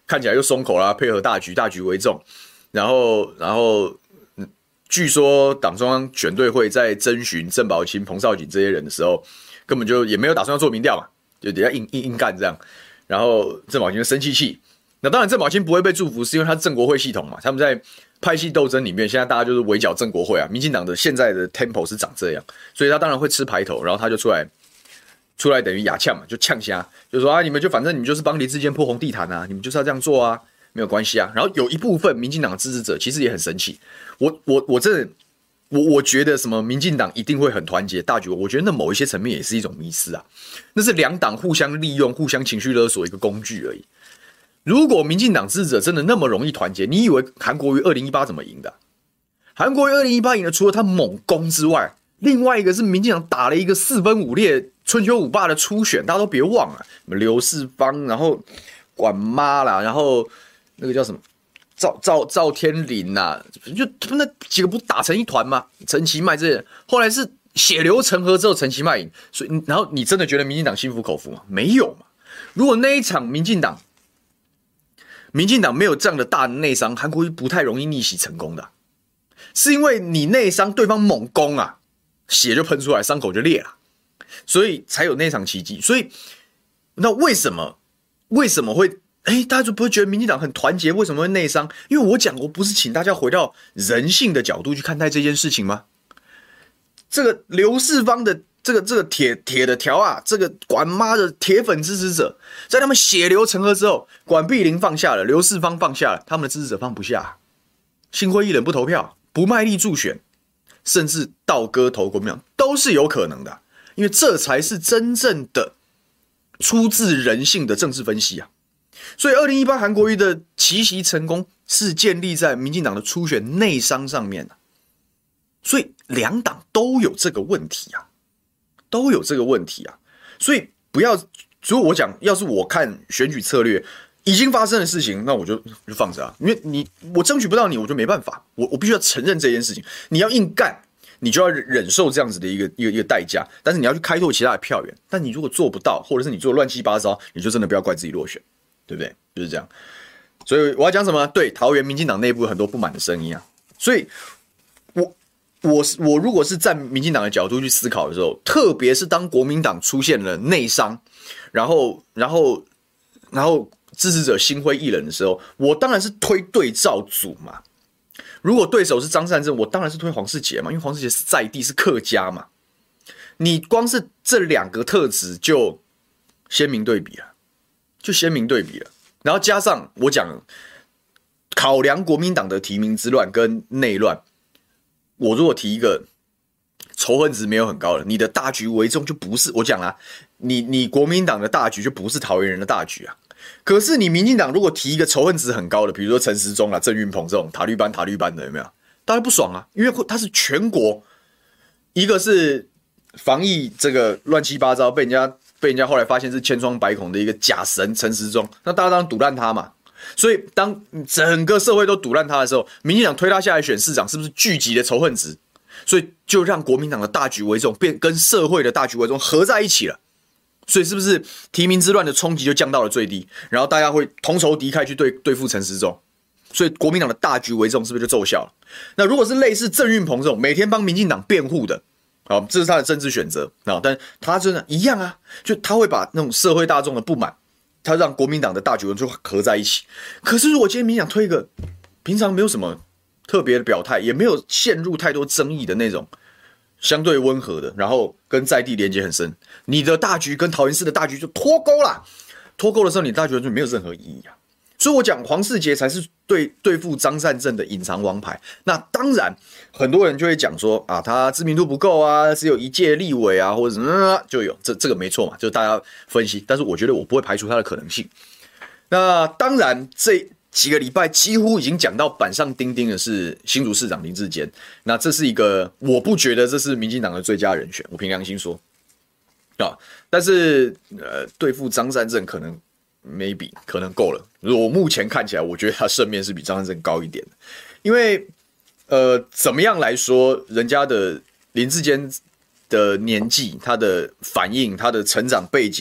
看起来又松口啦，配合大局，大局为重。然后，然后，嗯，据说党中央选对会在征询郑宝清、彭少锦这些人的时候，根本就也没有打算要做民调嘛，就等下硬硬硬干这样。然后郑宝清就生气气。那当然，郑宝清不会被祝福，是因为他是郑国会系统嘛。他们在派系斗争里面，现在大家就是围剿郑国会啊。民进党的现在的 tempo 是长这样，所以他当然会吃排头，然后他就出来。出来等于哑呛嘛，就呛瞎，就说啊，你们就反正你们就是帮林智坚破红地毯啊，你们就是要这样做啊，没有关系啊。然后有一部分民进党的支持者其实也很生气，我我我真的我我觉得什么民进党一定会很团结大局，我觉得那某一些层面也是一种迷思啊，那是两党互相利用、互相情绪勒索一个工具而已。如果民进党支持者真的那么容易团结，你以为韩国瑜二零一八怎么赢的？韩国瑜二零一八赢的除了他猛攻之外，另外一个是民进党打了一个四分五裂。春秋五霸的初选，大家都别忘了，刘世芳，然后管妈啦，然后那个叫什么赵赵赵天麟呐，就他们那几个不打成一团吗？陈其迈这些人，后来是血流成河之后，陈其迈赢，所以然后你真的觉得民进党心服口服吗？没有嘛。如果那一场民进党，民进党没有这样的大内伤，韩国瑜不太容易逆袭成功的、啊，是因为你内伤，对方猛攻啊，血就喷出来，伤口就裂了。所以才有那场奇迹。所以，那为什么为什么会哎，大家就不会觉得民进党很团结？为什么会内伤？因为我讲过，不是请大家回到人性的角度去看待这件事情吗？这个刘世芳的这个这个铁铁的条啊，这个管妈的铁粉支持者，在他们血流成河之后，管碧玲放下了，刘世芳放下了，他们的支持者放不下，心灰意冷不投票，不卖力助选，甚至倒戈投国民党，都是有可能的。因为这才是真正的出自人性的政治分析啊！所以二零一八韩国瑜的奇袭成功是建立在民进党的初选内伤上面的，所以两党都有这个问题啊，都有这个问题啊！所以不要，如果我讲，要是我看选举策略已经发生的事情，那我就就放着啊，因为你我争取不到你，我就没办法，我我必须要承认这件事情，你要硬干。你就要忍受这样子的一个一个一个代价，但是你要去开拓其他的票源。但你如果做不到，或者是你做乱七八糟，你就真的不要怪自己落选，对不对？就是这样。所以我要讲什么？对桃园民进党内部有很多不满的声音啊。所以我我我如果是站民进党的角度去思考的时候，特别是当国民党出现了内伤，然后然后然后支持者心灰意冷的时候，我当然是推对照组嘛。如果对手是张善政，我当然是推黄世杰嘛，因为黄世杰是在地，是客家嘛。你光是这两个特质就鲜明对比了，就鲜明对比了。然后加上我讲，考量国民党的提名之乱跟内乱，我如果提一个仇恨值没有很高的，你的大局为重就不是我讲啦，你你国民党的大局就不是桃园人的大局啊。可是你民进党如果提一个仇恨值很高的，比如说陈时中啦、郑运鹏这种塔绿班塔绿班的，有没有？大家不爽啊，因为他是全国，一个是防疫这个乱七八糟，被人家被人家后来发现是千疮百孔的一个假神陈时中，那大家当然堵烂他嘛。所以当整个社会都堵烂他的时候，民进党推他下来选市长，是不是聚集的仇恨值？所以就让国民党的大局为重，变跟社会的大局为重合在一起了。所以是不是提名之乱的冲击就降到了最低？然后大家会同仇敌忾去对对付陈时中，所以国民党的大局为重是不是就奏效了？那如果是类似郑运鹏这种每天帮民进党辩护的，好，这是他的政治选择啊，但他真的一样啊，就他会把那种社会大众的不满，他让国民党的大局就合在一起。可是如果今天民进党推一个平常没有什么特别的表态，也没有陷入太多争议的那种。相对温和的，然后跟在地连接很深，你的大局跟桃园市的大局就脱钩啦。脱钩的时候，你的大局就没有任何意义啊。所以我讲黄世杰才是对对付张善政的隐藏王牌。那当然，很多人就会讲说啊，他知名度不够啊，只有一届立委啊，或者什么就有这这个没错嘛，就大家分析。但是我觉得我不会排除他的可能性。那当然这。几个礼拜几乎已经讲到板上钉钉的是新竹市长林智坚，那这是一个我不觉得这是民进党的最佳人选，我凭良心说啊，但是呃对付张善政可能 maybe 可能够了，我目前看起来我觉得他胜面是比张善政高一点的，因为呃怎么样来说，人家的林智坚的年纪、他的反应、他的成长背景，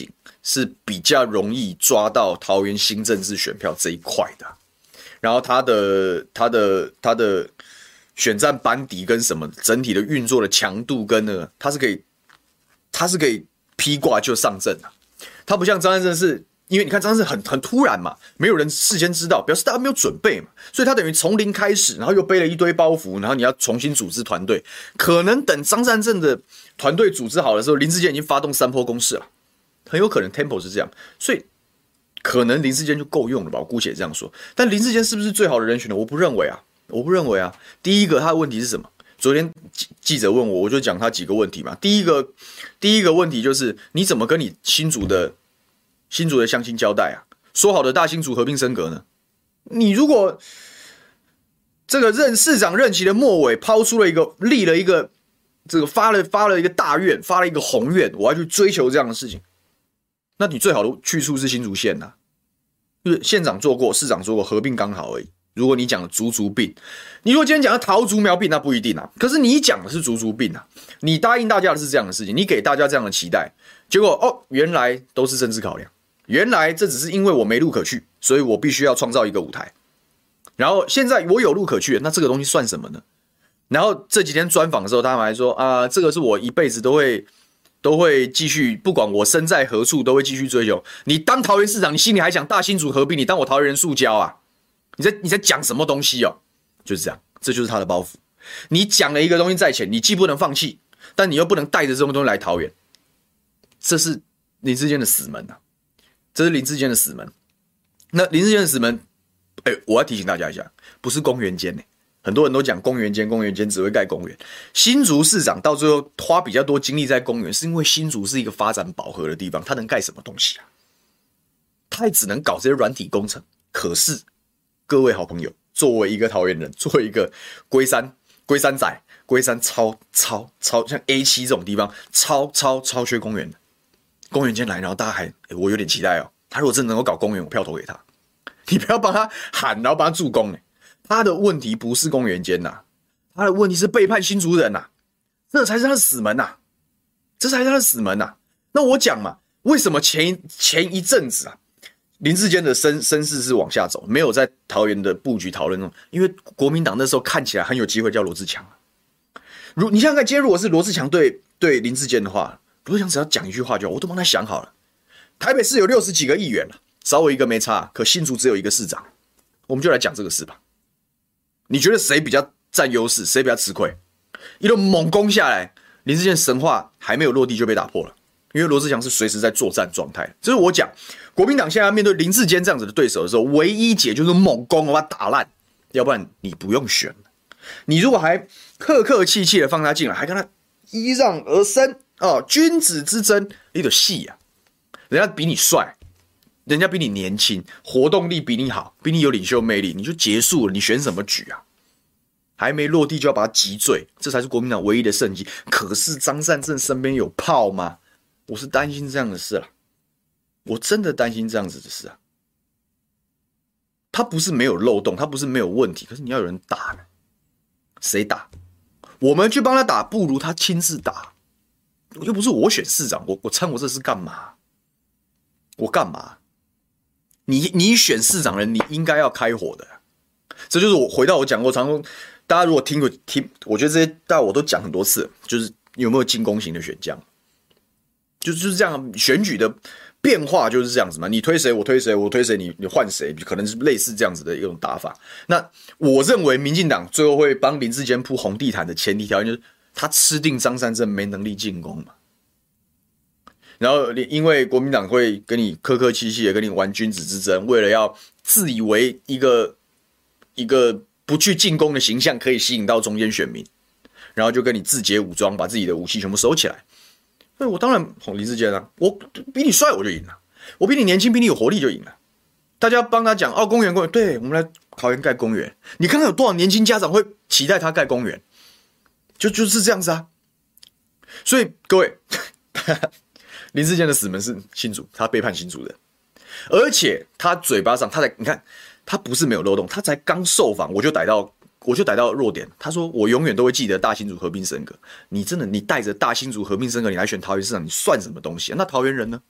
是比较容易抓到桃园新政治选票这一块的，然后他的他的他的选战班底跟什么整体的运作的强度跟呢，他是可以他是可以披挂就上阵的，他不像张善政是。因为你看张善政很很突然嘛，没有人事先知道，表示大家没有准备嘛，所以他等于从零开始，然后又背了一堆包袱，然后你要重新组织团队。可能等张善政的团队组织好的时候，林智坚已经发动三波攻势了，很有可能 tempo 是这样，所以可能林智坚就够用了吧，我姑且这样说。但林智坚是不是最好的人选呢？我不认为啊，我不认为啊。第一个他的问题是什么？昨天记者问我，我就讲他几个问题嘛。第一个第一个问题就是你怎么跟你新竹的新竹的乡亲交代啊？说好的大新竹合并升格呢？你如果这个任市长任期的末尾抛出了一个立了一个这个发了发了一个大愿，发了一个宏愿，我要去追求这样的事情，那你最好的去处是新竹县呐、啊，就是县长做过，市长做过，合并刚好而已。如果你讲的竹竹并，你如果今天讲的桃竹苗并，那不一定啊。可是你讲的是竹竹并啊，你答应大家的是这样的事情，你给大家这样的期待，结果哦，原来都是政治考量。原来这只是因为我没路可去，所以我必须要创造一个舞台。然后现在我有路可去，那这个东西算什么呢？然后这几天专访的时候，他们还说啊、呃，这个是我一辈子都会都会继续，不管我身在何处，都会继续追求。你当桃园市长，你心里还想大新竹合并，你当我桃园人塑胶啊？你在你在讲什么东西哦？就是这样，这就是他的包袱。你讲了一个东西在前，你既不能放弃，但你又不能带着这种东西来桃园，这是林智坚的死门啊！这是林智坚的死门。那林智坚的死门，哎、欸，我要提醒大家一下，不是公园间呢、欸。很多人都讲公园间，公园间只会盖公园。新竹市长到最后花比较多精力在公园，是因为新竹是一个发展饱和的地方，他能盖什么东西啊？他也只能搞这些软体工程。可是，各位好朋友，作为一个桃园人，作为一个龟山龟山仔，龟山超超超像 A 七 这种地方，超超超缺公园的。公园间来，然后大家还、欸，我有点期待哦。他如果真的能够搞公园，我票投给他。你不要帮他喊，然后帮他助攻、欸。他的问题不是公园间呐、啊，他的问题是背叛新竹人呐、啊，这才是他的死门呐、啊，这才是他的死门呐、啊。那我讲嘛，为什么前一前一阵子啊，林智坚的声声势是往下走，没有在桃园的布局讨论中，因为国民党那时候看起来很有机会叫罗智强。如你想想看，今天如果是罗智强对对林智坚的话。罗智强只要讲一句话就好，我都帮他想好了。台北市有六十几个议员了，少我一个没差，可新竹只有一个市长，我们就来讲这个事吧。你觉得谁比较占优势，谁比较吃亏？一路猛攻下来，林智坚神话还没有落地就被打破了，因为罗智强是随时在作战状态。这是我讲，国民党现在面对林智坚这样子的对手的时候，唯一解就是猛攻，把他打烂，要不然你不用选。你如果还客客气气的放他进来，还跟他依让而生。哦，君子之争，你的戏啊！人家比你帅，人家比你年轻，活动力比你好，比你有领袖魅力，你就结束了。你选什么局啊？还没落地就要把他击坠，这才是国民党唯一的胜机。可是张善政身边有炮吗？我是担心这样的事啦，我真的担心这样子的事啊。他不是没有漏洞，他不是没有问题，可是你要有人打呢，谁打？我们去帮他打，不如他亲自打。又不是我选市长，我我参我这是干嘛？我干嘛？你你选市长人，你应该要开火的。这就是我回到我讲过，常大家如果听过听，我觉得这些大家我都讲很多次，就是有没有进攻型的选将，就就是这样，选举的变化就是这样子嘛。你推谁，我推谁，我推谁，你你换谁，可能是类似这样子的一种打法。那我认为民进党最后会帮林智坚铺红地毯的前提条件就是。他吃定张善政没能力进攻嘛，然后因为国民党会跟你客客气气的跟你玩君子之争，为了要自以为一个一个不去进攻的形象可以吸引到中间选民，然后就跟你自结武装，把自己的武器全部收起来。那我当然捧林智坚啊，我比你帅我就赢了，我比你年轻比你有活力就赢了。大家帮他讲哦，公园公园，对，我们来桃园盖公园，你看看有多少年轻家长会期待他盖公园。就就是这样子啊，所以各位，林智坚的死门是新竹，他背叛新竹人，而且他嘴巴上，他才你看，他不是没有漏洞，他才刚受访，我就逮到，我就逮到弱点。他说我永远都会记得大新竹合并升格，你真的你带着大新竹合并升格，你来选桃园市长，你算什么东西啊？那桃园人呢？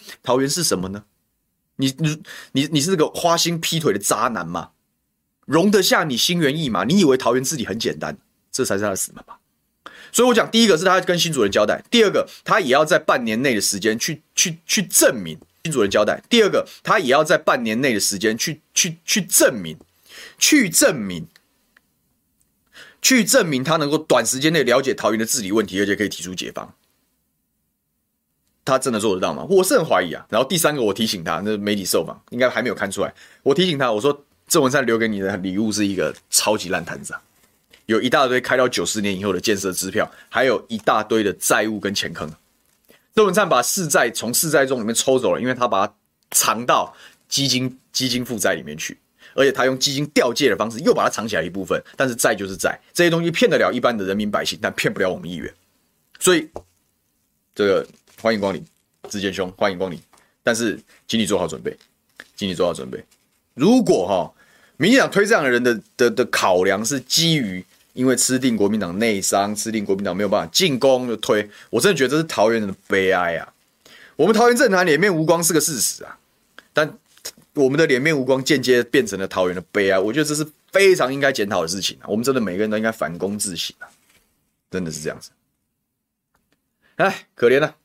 桃园是什么呢？你你你你是个花心劈腿的渣男吗？容得下你心猿意马？你以为桃园治理很简单？这才是他的死门吧。所以我讲，第一个是他跟新主人交代，第二个他也要在半年内的时间去去去证明新主人交代，第二个他也要在半年内的时间去去去证明，去证明，去证明他能够短时间内了解桃园的治理问题，而且可以提出解方。他真的做得到吗？我是很怀疑啊。然后第三个，我提醒他，那媒体受访应该还没有看出来。我提醒他，我说郑文灿留给你的礼物是一个超级烂摊子啊，有一大堆开到九十年以后的建设支票，还有一大堆的债务跟钱坑。郑文灿把市债从市债中里面抽走了，因为他把它藏到基金基金负债里面去，而且他用基金调借的方式又把它藏起来一部分。但是债就是债，这些东西骗得了一般的人民百姓，但骗不了我们议员。所以这个。欢迎光临，志坚兄，欢迎光临。但是，请你做好准备，请你做好准备。如果哈、哦，民进党推这样的人的的的考量是基于因为吃定国民党内伤，吃定国民党没有办法进攻就推，我真的觉得这是桃园人的悲哀啊！我们桃园政坛脸面无光是个事实啊，但我们的脸面无光间接变成了桃园的悲哀，我觉得这是非常应该检讨的事情啊！我们真的每个人都应该反躬自省啊，真的是这样子。哎，可怜啊！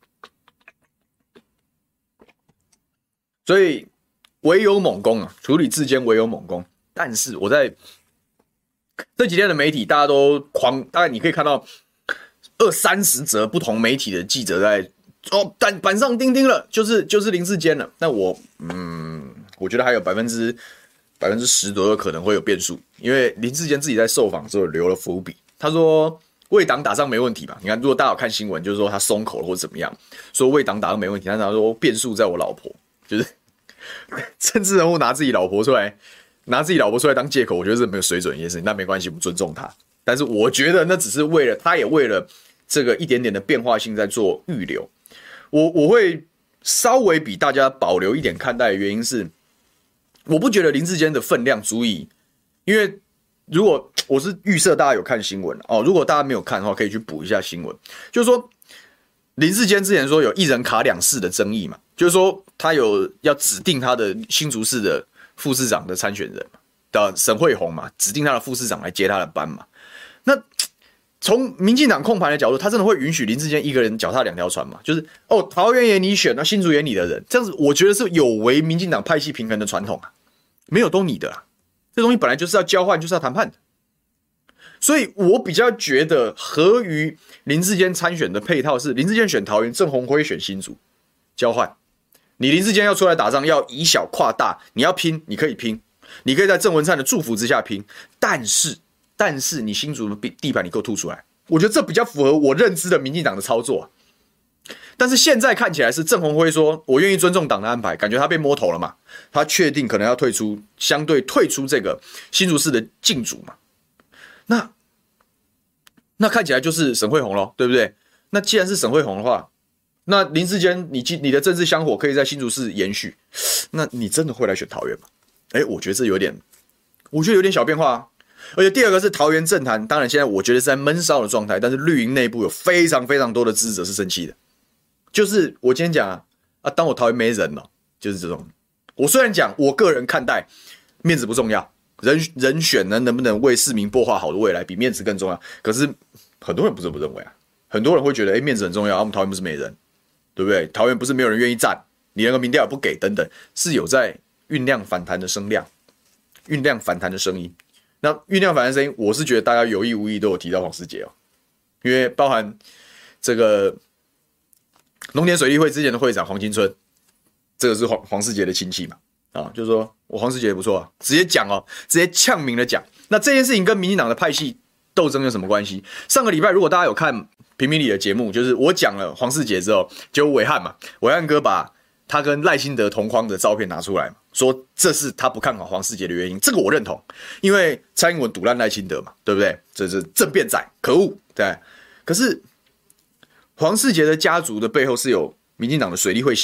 所以唯有猛攻啊，处理志坚唯有猛攻。但是我在这几天的媒体，大家都狂，大概你可以看到二三十则不同媒体的记者在哦，板板上钉钉了，就是就是林志坚了。那我嗯，我觉得还有百分之百分之十左右可能会有变数，因为林志坚自己在受访之后留了伏笔，他说为党打仗没问题吧？你看，如果大家有看新闻，就是说他松口了或者怎么样，说为党打仗没问题，但他说变数在我老婆。就是政治人物拿自己老婆出来，拿自己老婆出来当借口，我觉得是没有水准一件事情。那没关系，我们尊重他。但是我觉得那只是为了，他也为了这个一点点的变化性在做预留。我我会稍微比大家保留一点看待的原因是，我不觉得林志坚的分量足以，因为如果我是预设大家有看新闻哦，如果大家没有看的话，可以去补一下新闻，就是说。林志坚之前说有一人卡两市的争议嘛，就是说他有要指定他的新竹市的副市长的参选人嘛，的沈慧虹嘛，指定他的副市长来接他的班嘛。那从民进党控盘的角度，他真的会允许林志坚一个人脚踏两条船吗？就是哦，桃园也你选，那新竹也你的人，这样子我觉得是有违民进党派系平衡的传统啊，没有都你的啊，这东西本来就是要交换，就是要谈判的。所以我比较觉得合于林志坚参选的配套是林志坚选桃园，郑鸿辉选新竹，交换。你林志坚要出来打仗，要以小跨大，你要拼，你可以拼，你可以在郑文灿的祝福之下拼，但是但是你新竹的地盘你给我吐出来，我觉得这比较符合我认知的民进党的操作。但是现在看起来是郑鸿辉说，我愿意尊重党的安排，感觉他被摸头了嘛，他确定可能要退出，相对退出这个新竹市的竞逐嘛。那那看起来就是沈慧虹咯，对不对？那既然是沈慧虹的话，那林志坚你你的政治香火可以在新竹市延续，那你真的会来选桃园吗？哎，我觉得这有点，我觉得有点小变化啊。而且第二个是桃园政坛，当然现在我觉得是在闷烧的状态，但是绿营内部有非常非常多的支持者是生气的。就是我今天讲啊，啊，当我桃园没人了，就是这种。我虽然讲我个人看待面子不重要。人人选呢，能不能为市民擘画好的未来，比面子更重要？可是很多人不是不认为啊，很多人会觉得，哎、欸，面子很重要，啊、我们桃园不是没人，对不对？桃园不是没有人愿意站，你那个民调也不给，等等，是有在酝酿反弹的声量，酝酿反弹的声音。那酝酿反弹的声音，我是觉得大家有意无意都有提到黄世杰哦，因为包含这个农田水利会之前的会长黄金春，这个是黄黄世杰的亲戚嘛。啊，就是说我黄世杰也不错啊，直接讲哦，直接呛明的讲。那这件事情跟民进党的派系斗争有什么关系？上个礼拜如果大家有看评评理的节目，就是我讲了黄世杰之后，就伟汉嘛，伟汉哥把他跟赖清德同框的照片拿出来嘛，说这是他不看好黄世杰的原因。这个我认同，因为蔡英文赌烂赖清德嘛，对不对？这是政变仔，可恶，对。可是黄世杰的家族的背后是有民进党的水利会系统。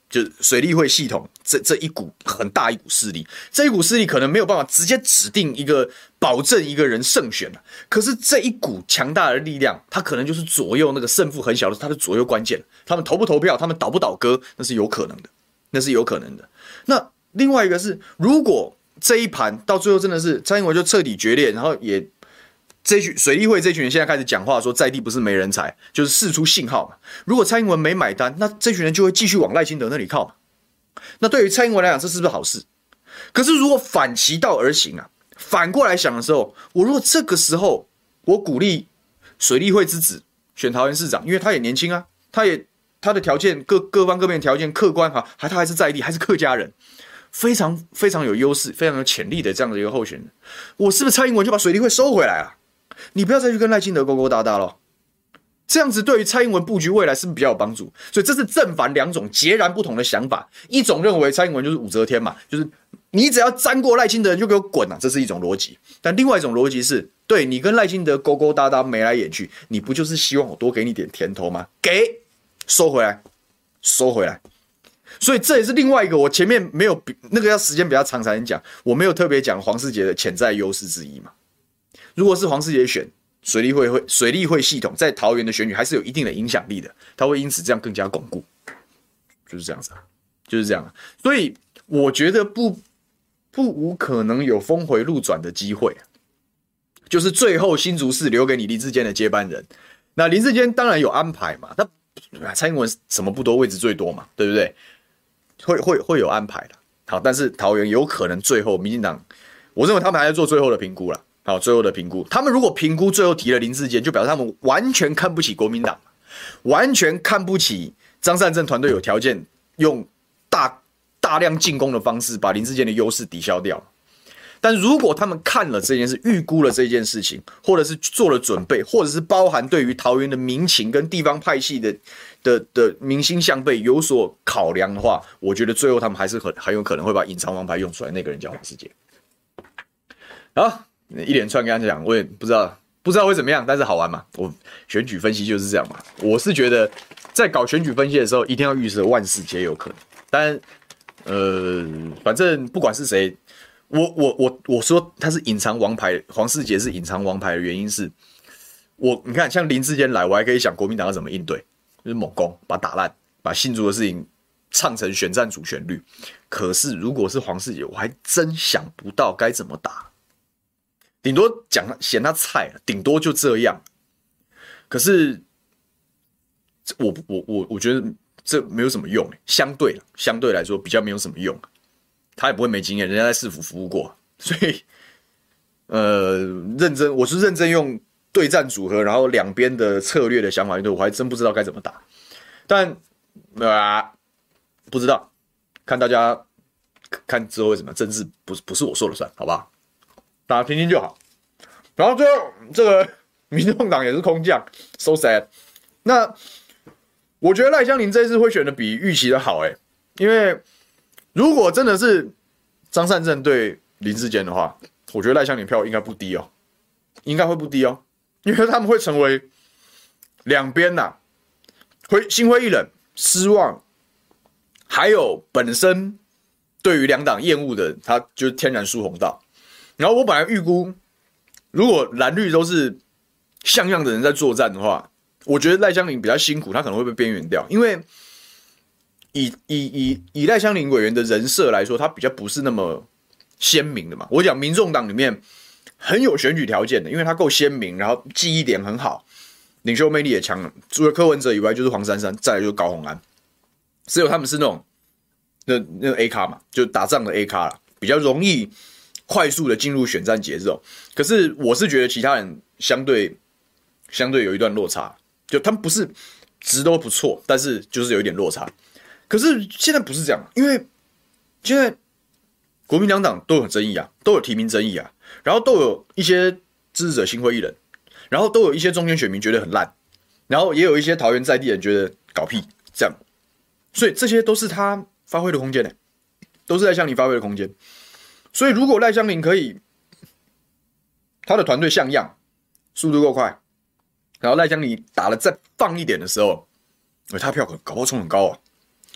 就是水利会系统这这一股很大一股势力，这一股势力可能没有办法直接指定一个保证一个人胜选，可是这一股强大的力量，它可能就是左右那个胜负很小的，它的左右关键。他们投不投票，他们倒不倒戈，那是有可能的，那是有可能的。那另外一个是，如果这一盘到最后真的是蔡英文就彻底决裂，然后也这群水利会这群人现在开始讲话说在地不是没人才，就是释出信号嘛。如果蔡英文没买单，那这群人就会继续往赖清德那里靠嘛。那对于蔡英文来讲，这是不是好事？可是如果反其道而行啊，反过来想的时候，我如果这个时候我鼓励水利会之子选桃园市长，因为他也年轻啊，他也他的条件各各方各面的条件客观哈，还他还是在地，还是客家人。非常非常有优势、非常有潜力的这样的一个候选人，我是不是蔡英文就把水利会收回来啊？你不要再去跟赖清德勾勾搭搭了，这样子对于蔡英文布局未来是不是比较有帮助？所以这是正反两种截然不同的想法。一种认为蔡英文就是武则天嘛，就是你只要沾过赖清德人就给我滚啊，这是一种逻辑。但另外一种逻辑是，对你跟赖清德勾勾搭搭眉来眼去，你不就是希望我多给你点甜头吗？给，收回来，收回来。所以这也是另外一个我前面没有那个要时间比较长才能讲，我没有特别讲黄世杰的潜在优势之一嘛。如果是黄世杰选水利会会水利会系统在桃园的选举还是有一定的影响力的，他会因此这样更加巩固，就是这样子啊，就是这样啊。所以我觉得不不无可能有峰回路转的机会，就是最后新竹市留给你林智坚的接班人。那林智坚当然有安排嘛，那蔡英文什么不多，位置最多嘛，对不对？会会会有安排的，好，但是桃园有可能最后民进党，我认为他们还在做最后的评估了，好，最后的评估，他们如果评估最后提了林智坚，就表示他们完全看不起国民党，完全看不起张善政团队有条件用大大量进攻的方式把林智坚的优势抵消掉。但如果他们看了这件事，预估了这件事情，或者是做了准备，或者是包含对于桃园的民情跟地方派系的的的民心向背有所考量的话，我觉得最后他们还是很很有可能会把隐藏王牌用出来，那个人叫黄世杰。好，一连串跟他讲，我也不知道不知道会怎么样，但是好玩嘛。我选举分析就是这样嘛。我是觉得在搞选举分析的时候，一定要预设万事皆有可能。但呃，反正不管是谁。我我我我说他是隐藏王牌，黄世杰是隐藏王牌的原因是，我你看像林智坚来，我还可以想国民党要怎么应对，就是猛攻，把他打烂，把新竹的事情唱成选战主旋律。可是如果是黄世杰，我还真想不到该怎么打，顶多讲嫌他菜，顶多就这样。可是我我我我觉得这没有什么用，相对相对来说比较没有什么用。他也不会没经验，人家在市府服务过，所以，呃，认真，我是认真用对战组合，然后两边的策略的想法，我还真不知道该怎么打，但啊，不知道，看大家看之后会怎么样，政治不不是我说了算，好不好？大家听听就好。然后最后这个民众党也是空降 ，so sad。那我觉得赖香伶这一次会选的比预期的好，哎，因为。如果真的是张善政对林智坚的话，我觉得赖香伶票应该不低哦，应该会不低哦，因为他们会成为两边呐，会心灰意冷、失望，还有本身对于两党厌恶的，他就是天然输红道。然后我本来预估，如果蓝绿都是像样的人在作战的话，我觉得赖香伶比较辛苦，他可能会被边缘掉，因为。以以以以赖香伶委员的人设来说，他比较不是那么鲜明的嘛。我讲民众党里面很有选举条件的，因为他够鲜明，然后记忆点很好，领袖魅力也强。除了柯文哲以外，就是黄珊珊，再来就是高虹安，只有他们是那种那那 A 咖嘛，就打仗的 A 咖啦，比较容易快速的进入选战节奏。可是我是觉得其他人相对相对有一段落差，就他们不是值都不错，但是就是有一点落差。可是现在不是这样，因为现在国民两党都有争议啊，都有提名争议啊，然后都有一些支持者心灰意冷，然后都有一些中间选民觉得很烂，然后也有一些桃园在地人觉得搞屁这样，所以这些都是他发挥的空间呢，都是赖香伶发挥的空间。所以如果赖香伶可以，他的团队像样，速度够快，然后赖香伶打了再放一点的时候，他票搞不好冲很高啊。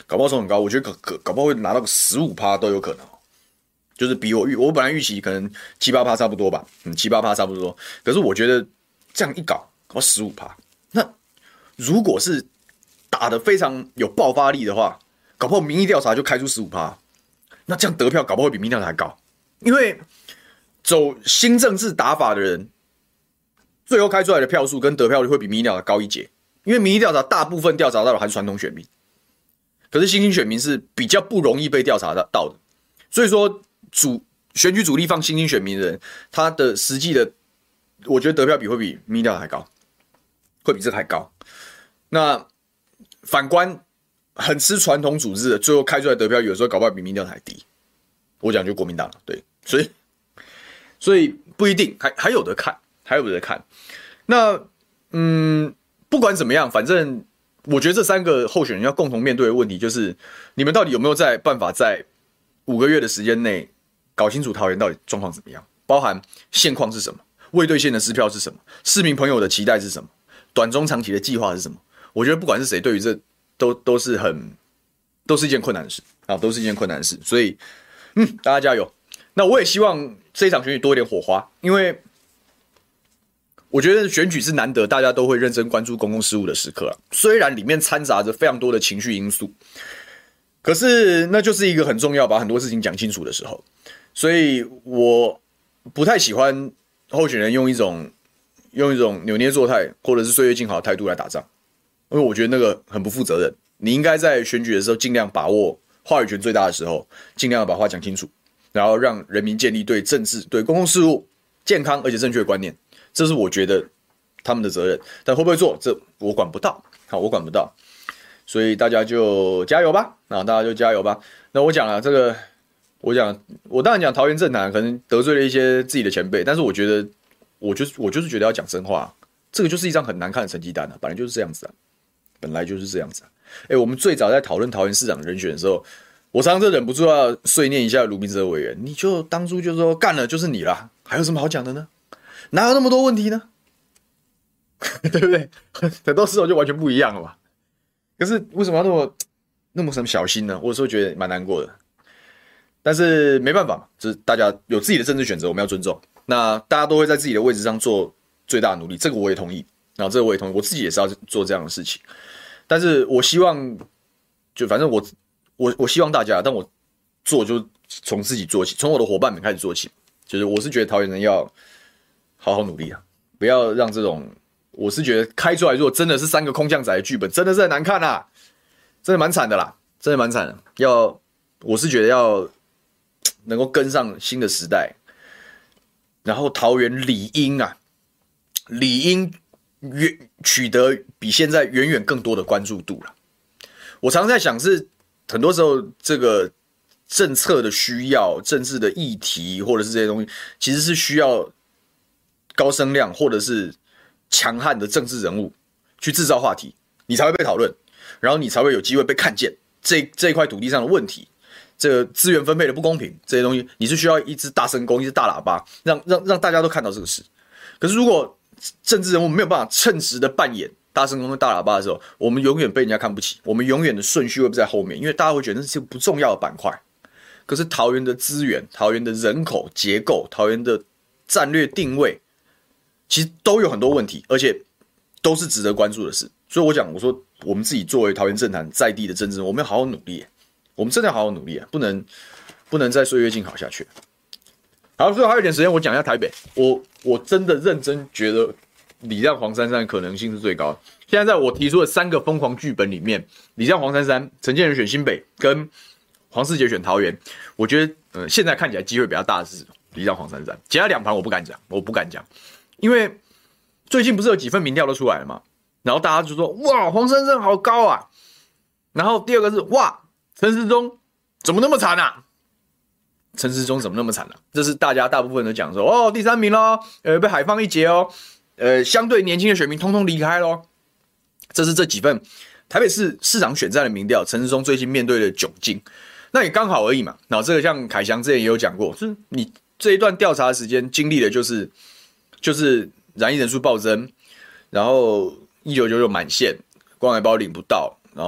搞不好冲很高，我觉得搞搞不好会拿到个十五趴都有可能。就是比我预我本来预期可能七八趴差不多吧，嗯，七八趴差不多。可是我觉得这样一搞，搞十五趴，那如果是打得非常有爆发力的话，搞不好民意调查就开出十五趴，那这样得票搞不好会比民意调查还高，因为走新政治打法的人，最后开出来的票数跟得票率会比民意调查高一截，因为民意调查大部分调查到的还是传统选民，可是新兴选民是比较不容易被调查到的，所以说。主选举主力放新兴选民的人，他的实际的，我觉得得票比会比民意调查还高，会比这个还高。那反观很吃传统组织的，最后开出来得票有时候搞不好比民意调查还低。我讲就国民党了，对，所以所以不一定，还还有得看，还有得看。那嗯，不管怎么样，反正我觉得这三个候选人要共同面对的问题就是，你们到底有没有在办法在五个月的时间内。搞清楚桃园到底状况怎么样，包含现况是什么，未兑现的支票是什么，市民朋友的期待是什么，短中长期的计划是什么。我觉得不管是谁，对于这都都是很都是一件困难的事啊，都是一件困难的事。所以，嗯，大家加油。那我也希望这一场选举多一点火花，因为我觉得选举是难得大家都会认真关注公共事务的时刻啊，虽然里面掺杂着非常多的情绪因素，可是那就是一个很重要把很多事情讲清楚的时候。所以我不太喜欢候选人用一种用一种扭捏作态或者是岁月静好的态度来打仗，因为我觉得那个很不负责任。你应该在选举的时候尽量把握话语权最大的时候，尽量把话讲清楚，然后让人民建立对政治、对公共事务健康而且正确的观念，这是我觉得他们的责任。但会不会做，这我管不到，好，我管不到。所以大家就加油吧，啊，大家就加油吧。那我讲了这个。我讲，我当然讲桃园政坛可能得罪了一些自己的前辈，但是我觉得，我就是我就是觉得要讲真话，这个就是一张很难看的成绩单啊，本来就是这样子啊，本来就是这样子啊。哎，我们最早在讨论桃园市长人选的时候，我常常就忍不住要碎念一下卢明哲委员，你就当初就说干了就是你啦，还有什么好讲的呢？哪有那么多问题呢？对不对？很多时候就完全不一样了嘛。可是为什么要那么那么什么小心呢？我有时候觉得蛮难过的。但是没办法嘛，就是大家有自己的政治选择，我们要尊重。那大家都会在自己的位置上做最大的努力，这个我也同意。然后这个我也同意，我自己也是要做这样的事情。但是我希望，就反正我我我希望大家，但我做就从自己做起，从我的伙伴们开始做起。就是我是觉得桃园人要好好努力啊，不要让这种，我是觉得开出来如果真的是三个空降仔的剧本，真的是很难看啦，真的蛮惨的啦，真的蛮惨的。要，我是觉得要。能够跟上新的时代，然后桃园理应啊，理应取得比现在远远更多的关注度了。我常常在想是，很多时候这个政策的需要、政治的议题或者是这些东西，其实是需要高声量或者是强悍的政治人物去制造话题，你才会被讨论，然后你才会有机会被看见这这一块土地上的问题。这个资源分配的不公平，这些东西你是需要一支大声公、一支大喇叭，让让让大家都看到这个事。可是如果政治人物没有办法称职的扮演大声公跟大喇叭的时候，我们永远被人家看不起，我们永远的顺序会在后面，因为大家会觉得那是一个不重要的板块。可是桃园的资源、桃园的人口结构、桃园的战略定位，其实都有很多问题，而且都是值得关注的事。所以我讲，我说我们自己作为桃园政坛在地的政治人，我们要好好努力。我们真的要好好努力啊，不能不能再岁月静好下去。好，最后还有一点时间，我讲一下台北。我我真的认真觉得礼让黄珊珊的可能性是最高的。现在在我提出的三个疯狂剧本里面，礼让黄珊珊、陈建仁选新北跟黄世杰选桃园，我觉得呃现在看起来机会比较大的是礼让黄珊珊，其他两盘我不敢讲，我不敢讲，因为最近不是有几份民调都出来了嘛，然后大家就说哇黄珊珊好高啊，然后第二个是哇。陈时中怎么那么惨啊？陈时中怎么那么惨啊？这是大家大部分都讲说，哦，第三名咯，呃，被海放一截哦，呃，相对年轻的选民通通离开咯。这是这几份台北市市长选战的民调，陈时中最近面对的窘境，那也刚好而已嘛。然后这个像凯翔之前也有讲过，就是你这一段调查的时间经历的就是就是染疫人数暴增，然后一九九九满线，关怀包领不到，然后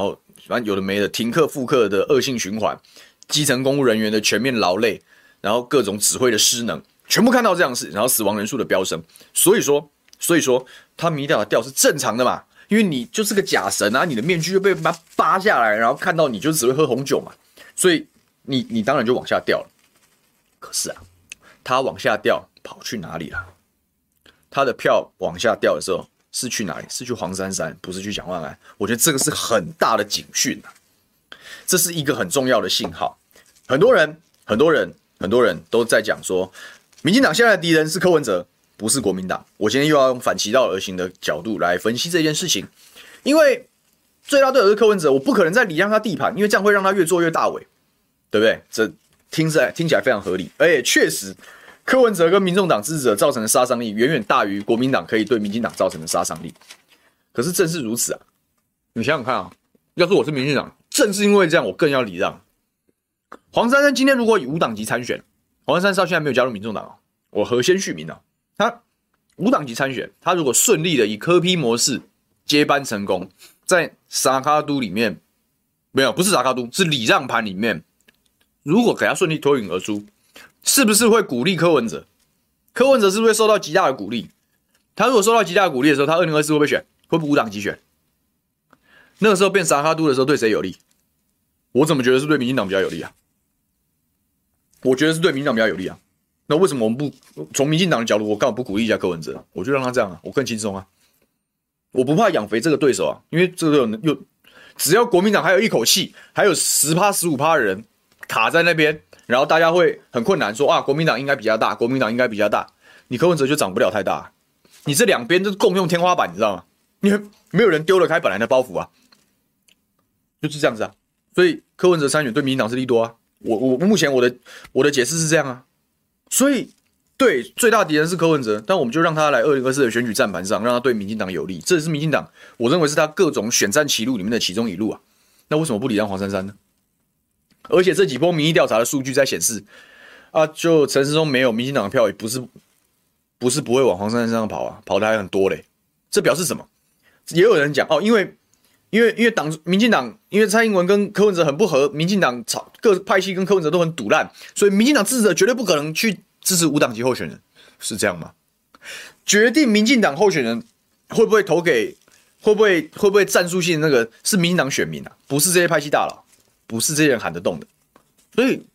反正有的没的，停课复课的恶性循环，基层公务人员的全面劳累，然后各种指挥的失能，全部看到这样的事，然后死亡人数的飙升。所以说，所以说他民意调查调是正常的嘛，因为你就是个假神啊，你的面具就被把它扒下来，然后看到你就只会喝红酒嘛，所以你你当然就往下掉了。可是啊，他往下掉跑去哪里了？他的票往下掉的时候是去哪里？是去黄珊珊，不是去蒋万安。我觉得这个是很大的警讯啊，这是一个很重要的信号。很多人、很多人、很多人都在讲说，民进党现在的敌人是柯文哲，不是国民党。我今天又要用反其道而行的角度来分析这件事情，因为最大对手是柯文哲，我不可能再礼让他地盘，因为这样会让他越做越大尾，对不对？这听起来听起来非常合理，而且确实，柯文哲跟民众党支持者造成的杀伤力远远大于国民党可以对民进党造成的杀伤力。可是正是如此啊，你想想看啊，要是我是民进党，正是因为这样，我更要礼让。黄珊珊今天如果以无党籍参选，黄珊珊到现在没有加入民众党哦，我何先续名啊，他无党籍参选，他如果顺利的以柯 P 模式接班成功，在沙卡都里面没有，不是沙卡都，是礼让盘里面。如果给他顺利脱颖而出，是不是会鼓励柯文哲？柯文哲是不是会受到极大的鼓励？他如果受到极大的鼓励的时候，他二零二四会不会选？会不会无党籍选？那个时候变沙卡都的时候，对谁有利？我怎么觉得是对民进党比较有利啊？我觉得是对民进党比较有利啊。那为什么我们不从民进党的角度，我干嘛不鼓励一下柯文哲？我就让他这样啊，我更轻松啊。我不怕养肥这个对手啊，因为这个又只要国民党还有一口气，还有 百分之十、百分之十五 的人卡在那边，然后大家会很困难说啊，国民党应该比较大，国民党应该比较大，你柯文哲就长不了太大，你这两边就是共用天花板，你知道吗？你没有人丢得开本来的包袱啊，就是这样子啊。所以柯文哲参选对民进党是利多啊。我我目前我的我的解释是这样啊。所以对最大敌人是柯文哲，但我们就让他来二零二四的选举战盘上，让他对民进党有利，这是民进党我认为是他各种选战歧路里面的其中一路啊。那为什么不礼让黄珊珊呢？而且这几波民意调查的数据在显示，啊，就陈时中没有民进党的票，也不是不是不会往黄珊珊身上跑啊，跑的还很多嘞。这表示什么？也有人讲哦，因为因为因为党民进党，因为蔡英文跟柯文哲很不合，民进党各派系跟柯文哲都很赌烂，所以民进党支持者绝对不可能去支持无党籍候选人，是这样吗？决定民进党候选人会不会投给，会不会会不会战术性的那个是民进党选民啊，不是这些派系大佬。不是这些人喊得动的，所以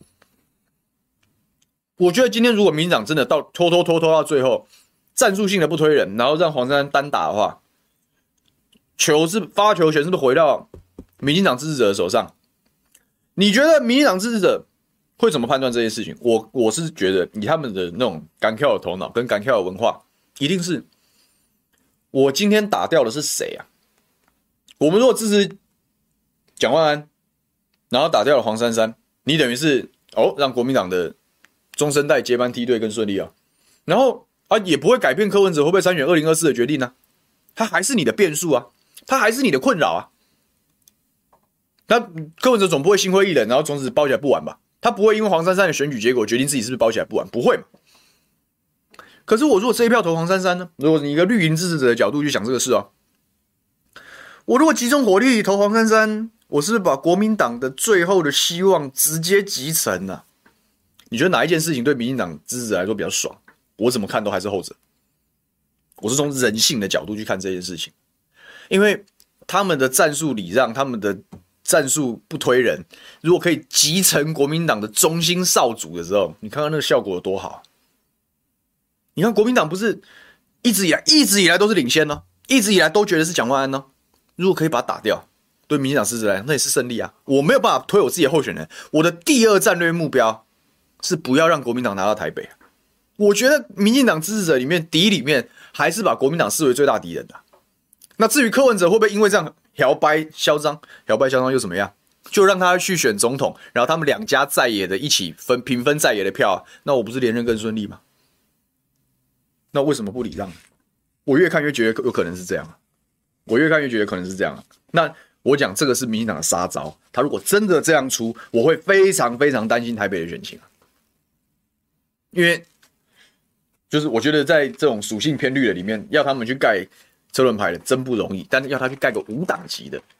我觉得今天如果民进党真的到拖拖拖拖到最后，战术性的不推人，然后让黄珊珊单打的话，球是发球权是不是回到民进党支持者的手上？你觉得民进党支持者会怎么判断这件事情？我我是觉得以他们的那种干跳的头脑跟干跳的文化，一定是我今天打掉的是谁啊？我们如果支持蒋万安，然后打掉了黄珊珊，你等于是哦让国民党的中生代接班梯队更顺利啊，然后啊也不会改变柯文哲会不会参选二零二四的决定啊，他还是你的变数啊，他还是你的困扰啊。那柯文哲总不会心灰意冷，然后从此包起来不玩吧？他不会因为黄珊珊的选举结果决定自己是不是包起来不玩，不会嘛？可是我如果这一票投黄珊珊呢？如果你一个绿营支持者的角度去想这个事哦，我如果集中火力投黄珊珊，我是不是把国民党的最后的希望直接集成了、啊？你觉得哪一件事情对民进党支持者来说比较爽？我怎么看都还是后者。我是从人性的角度去看这件事情，因为他们的战术礼让，他们的战术不推人，如果可以集成国民党的中心少主的时候，你看看那个效果有多好。你看国民党不是一直以来一直以来都是领先呢，一直以来都觉得是蒋万安呢，如果可以把他打掉。对民进党支持来讲，那也是胜利啊！我没有办法推我自己的候选人，我的第二战略目标是不要让国民党拿到台北。我觉得民进党支持者里面敌里面还是把国民党视为最大敌人的。那至于柯文哲会不会因为这样摇摆嚣张，摇摆嚣张又怎么样？就让他去选总统，然后他们两家在野的一起分平分在野的票，那我不是连任更顺利吗？那为什么不礼让？我越看越觉得有可能是这样，我越看越觉得可能是这样。那我讲这个是民进党的杀招，他如果真的这样出，我会非常非常担心台北的选情，因为就是我觉得在这种属性偏绿的里面，要他们去盖车轮牌的真不容易，但是要他去盖个无党籍的，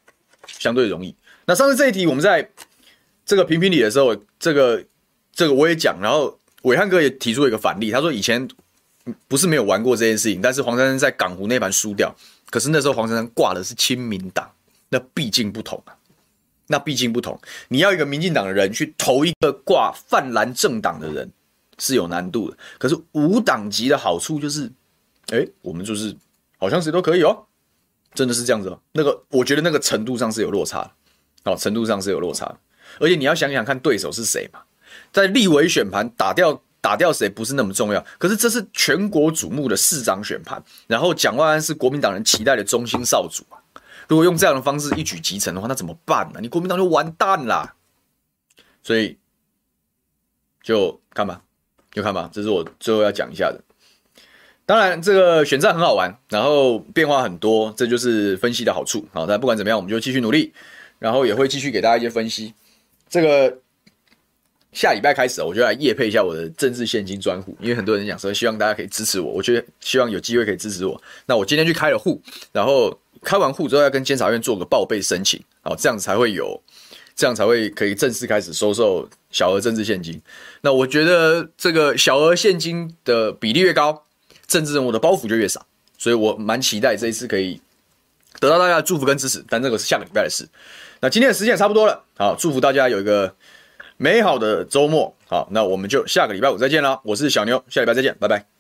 相对容易。那上次这一题我们在这个评评理的时候，这个这个我也讲，然后伟汉哥也提出了一个反例，他说以前不是没有玩过这件事情，但是黄珊珊在港湖那盘输掉，可是那时候黄珊珊挂的是亲民党，那毕竟不同啊，那毕竟不同。你要一个民进党的人去投一个挂泛蓝政党的人是有难度的，可是无党籍的好处就是，哎，我们就是好像谁都可以哦，真的是这样子哦。那个我觉得那个程度上是有落差的，哦，程度上是有落差的。而且你要想想看对手是谁嘛，在立委选盘打掉打掉谁不是那么重要，可是这是全国瞩目的市长选盘，然后蒋万安是国民党人期待的中兴少主啊。如果用这样的方式一举集成的话，那怎么办呢？你国民党就完蛋啦。所以就看吧，就看吧，这是我最后要讲一下的。当然，这个选战很好玩，然后变化很多，这就是分析的好处。好，但不管怎么样，我们就继续努力，然后也会继续给大家一些分析。这个下礼拜开始，我就来业配一下我的政治现金专户，因为很多人讲说希望大家可以支持我，我觉得希望有机会可以支持我。那我今天去开了户，然后开完户之后要跟监察院做个报备申请，好，这样才会有，这样才会可以正式开始收受小额政治现金。那我觉得这个小额现金的比例越高，政治人物的包袱就越少，所以我蛮期待这一次可以得到大家的祝福跟支持，但这个是下个礼拜的事。那今天的时间也差不多了，好，祝福大家有一个美好的周末。好，那我们就下个礼拜五再见啦！我是小牛，下礼拜再见，拜拜。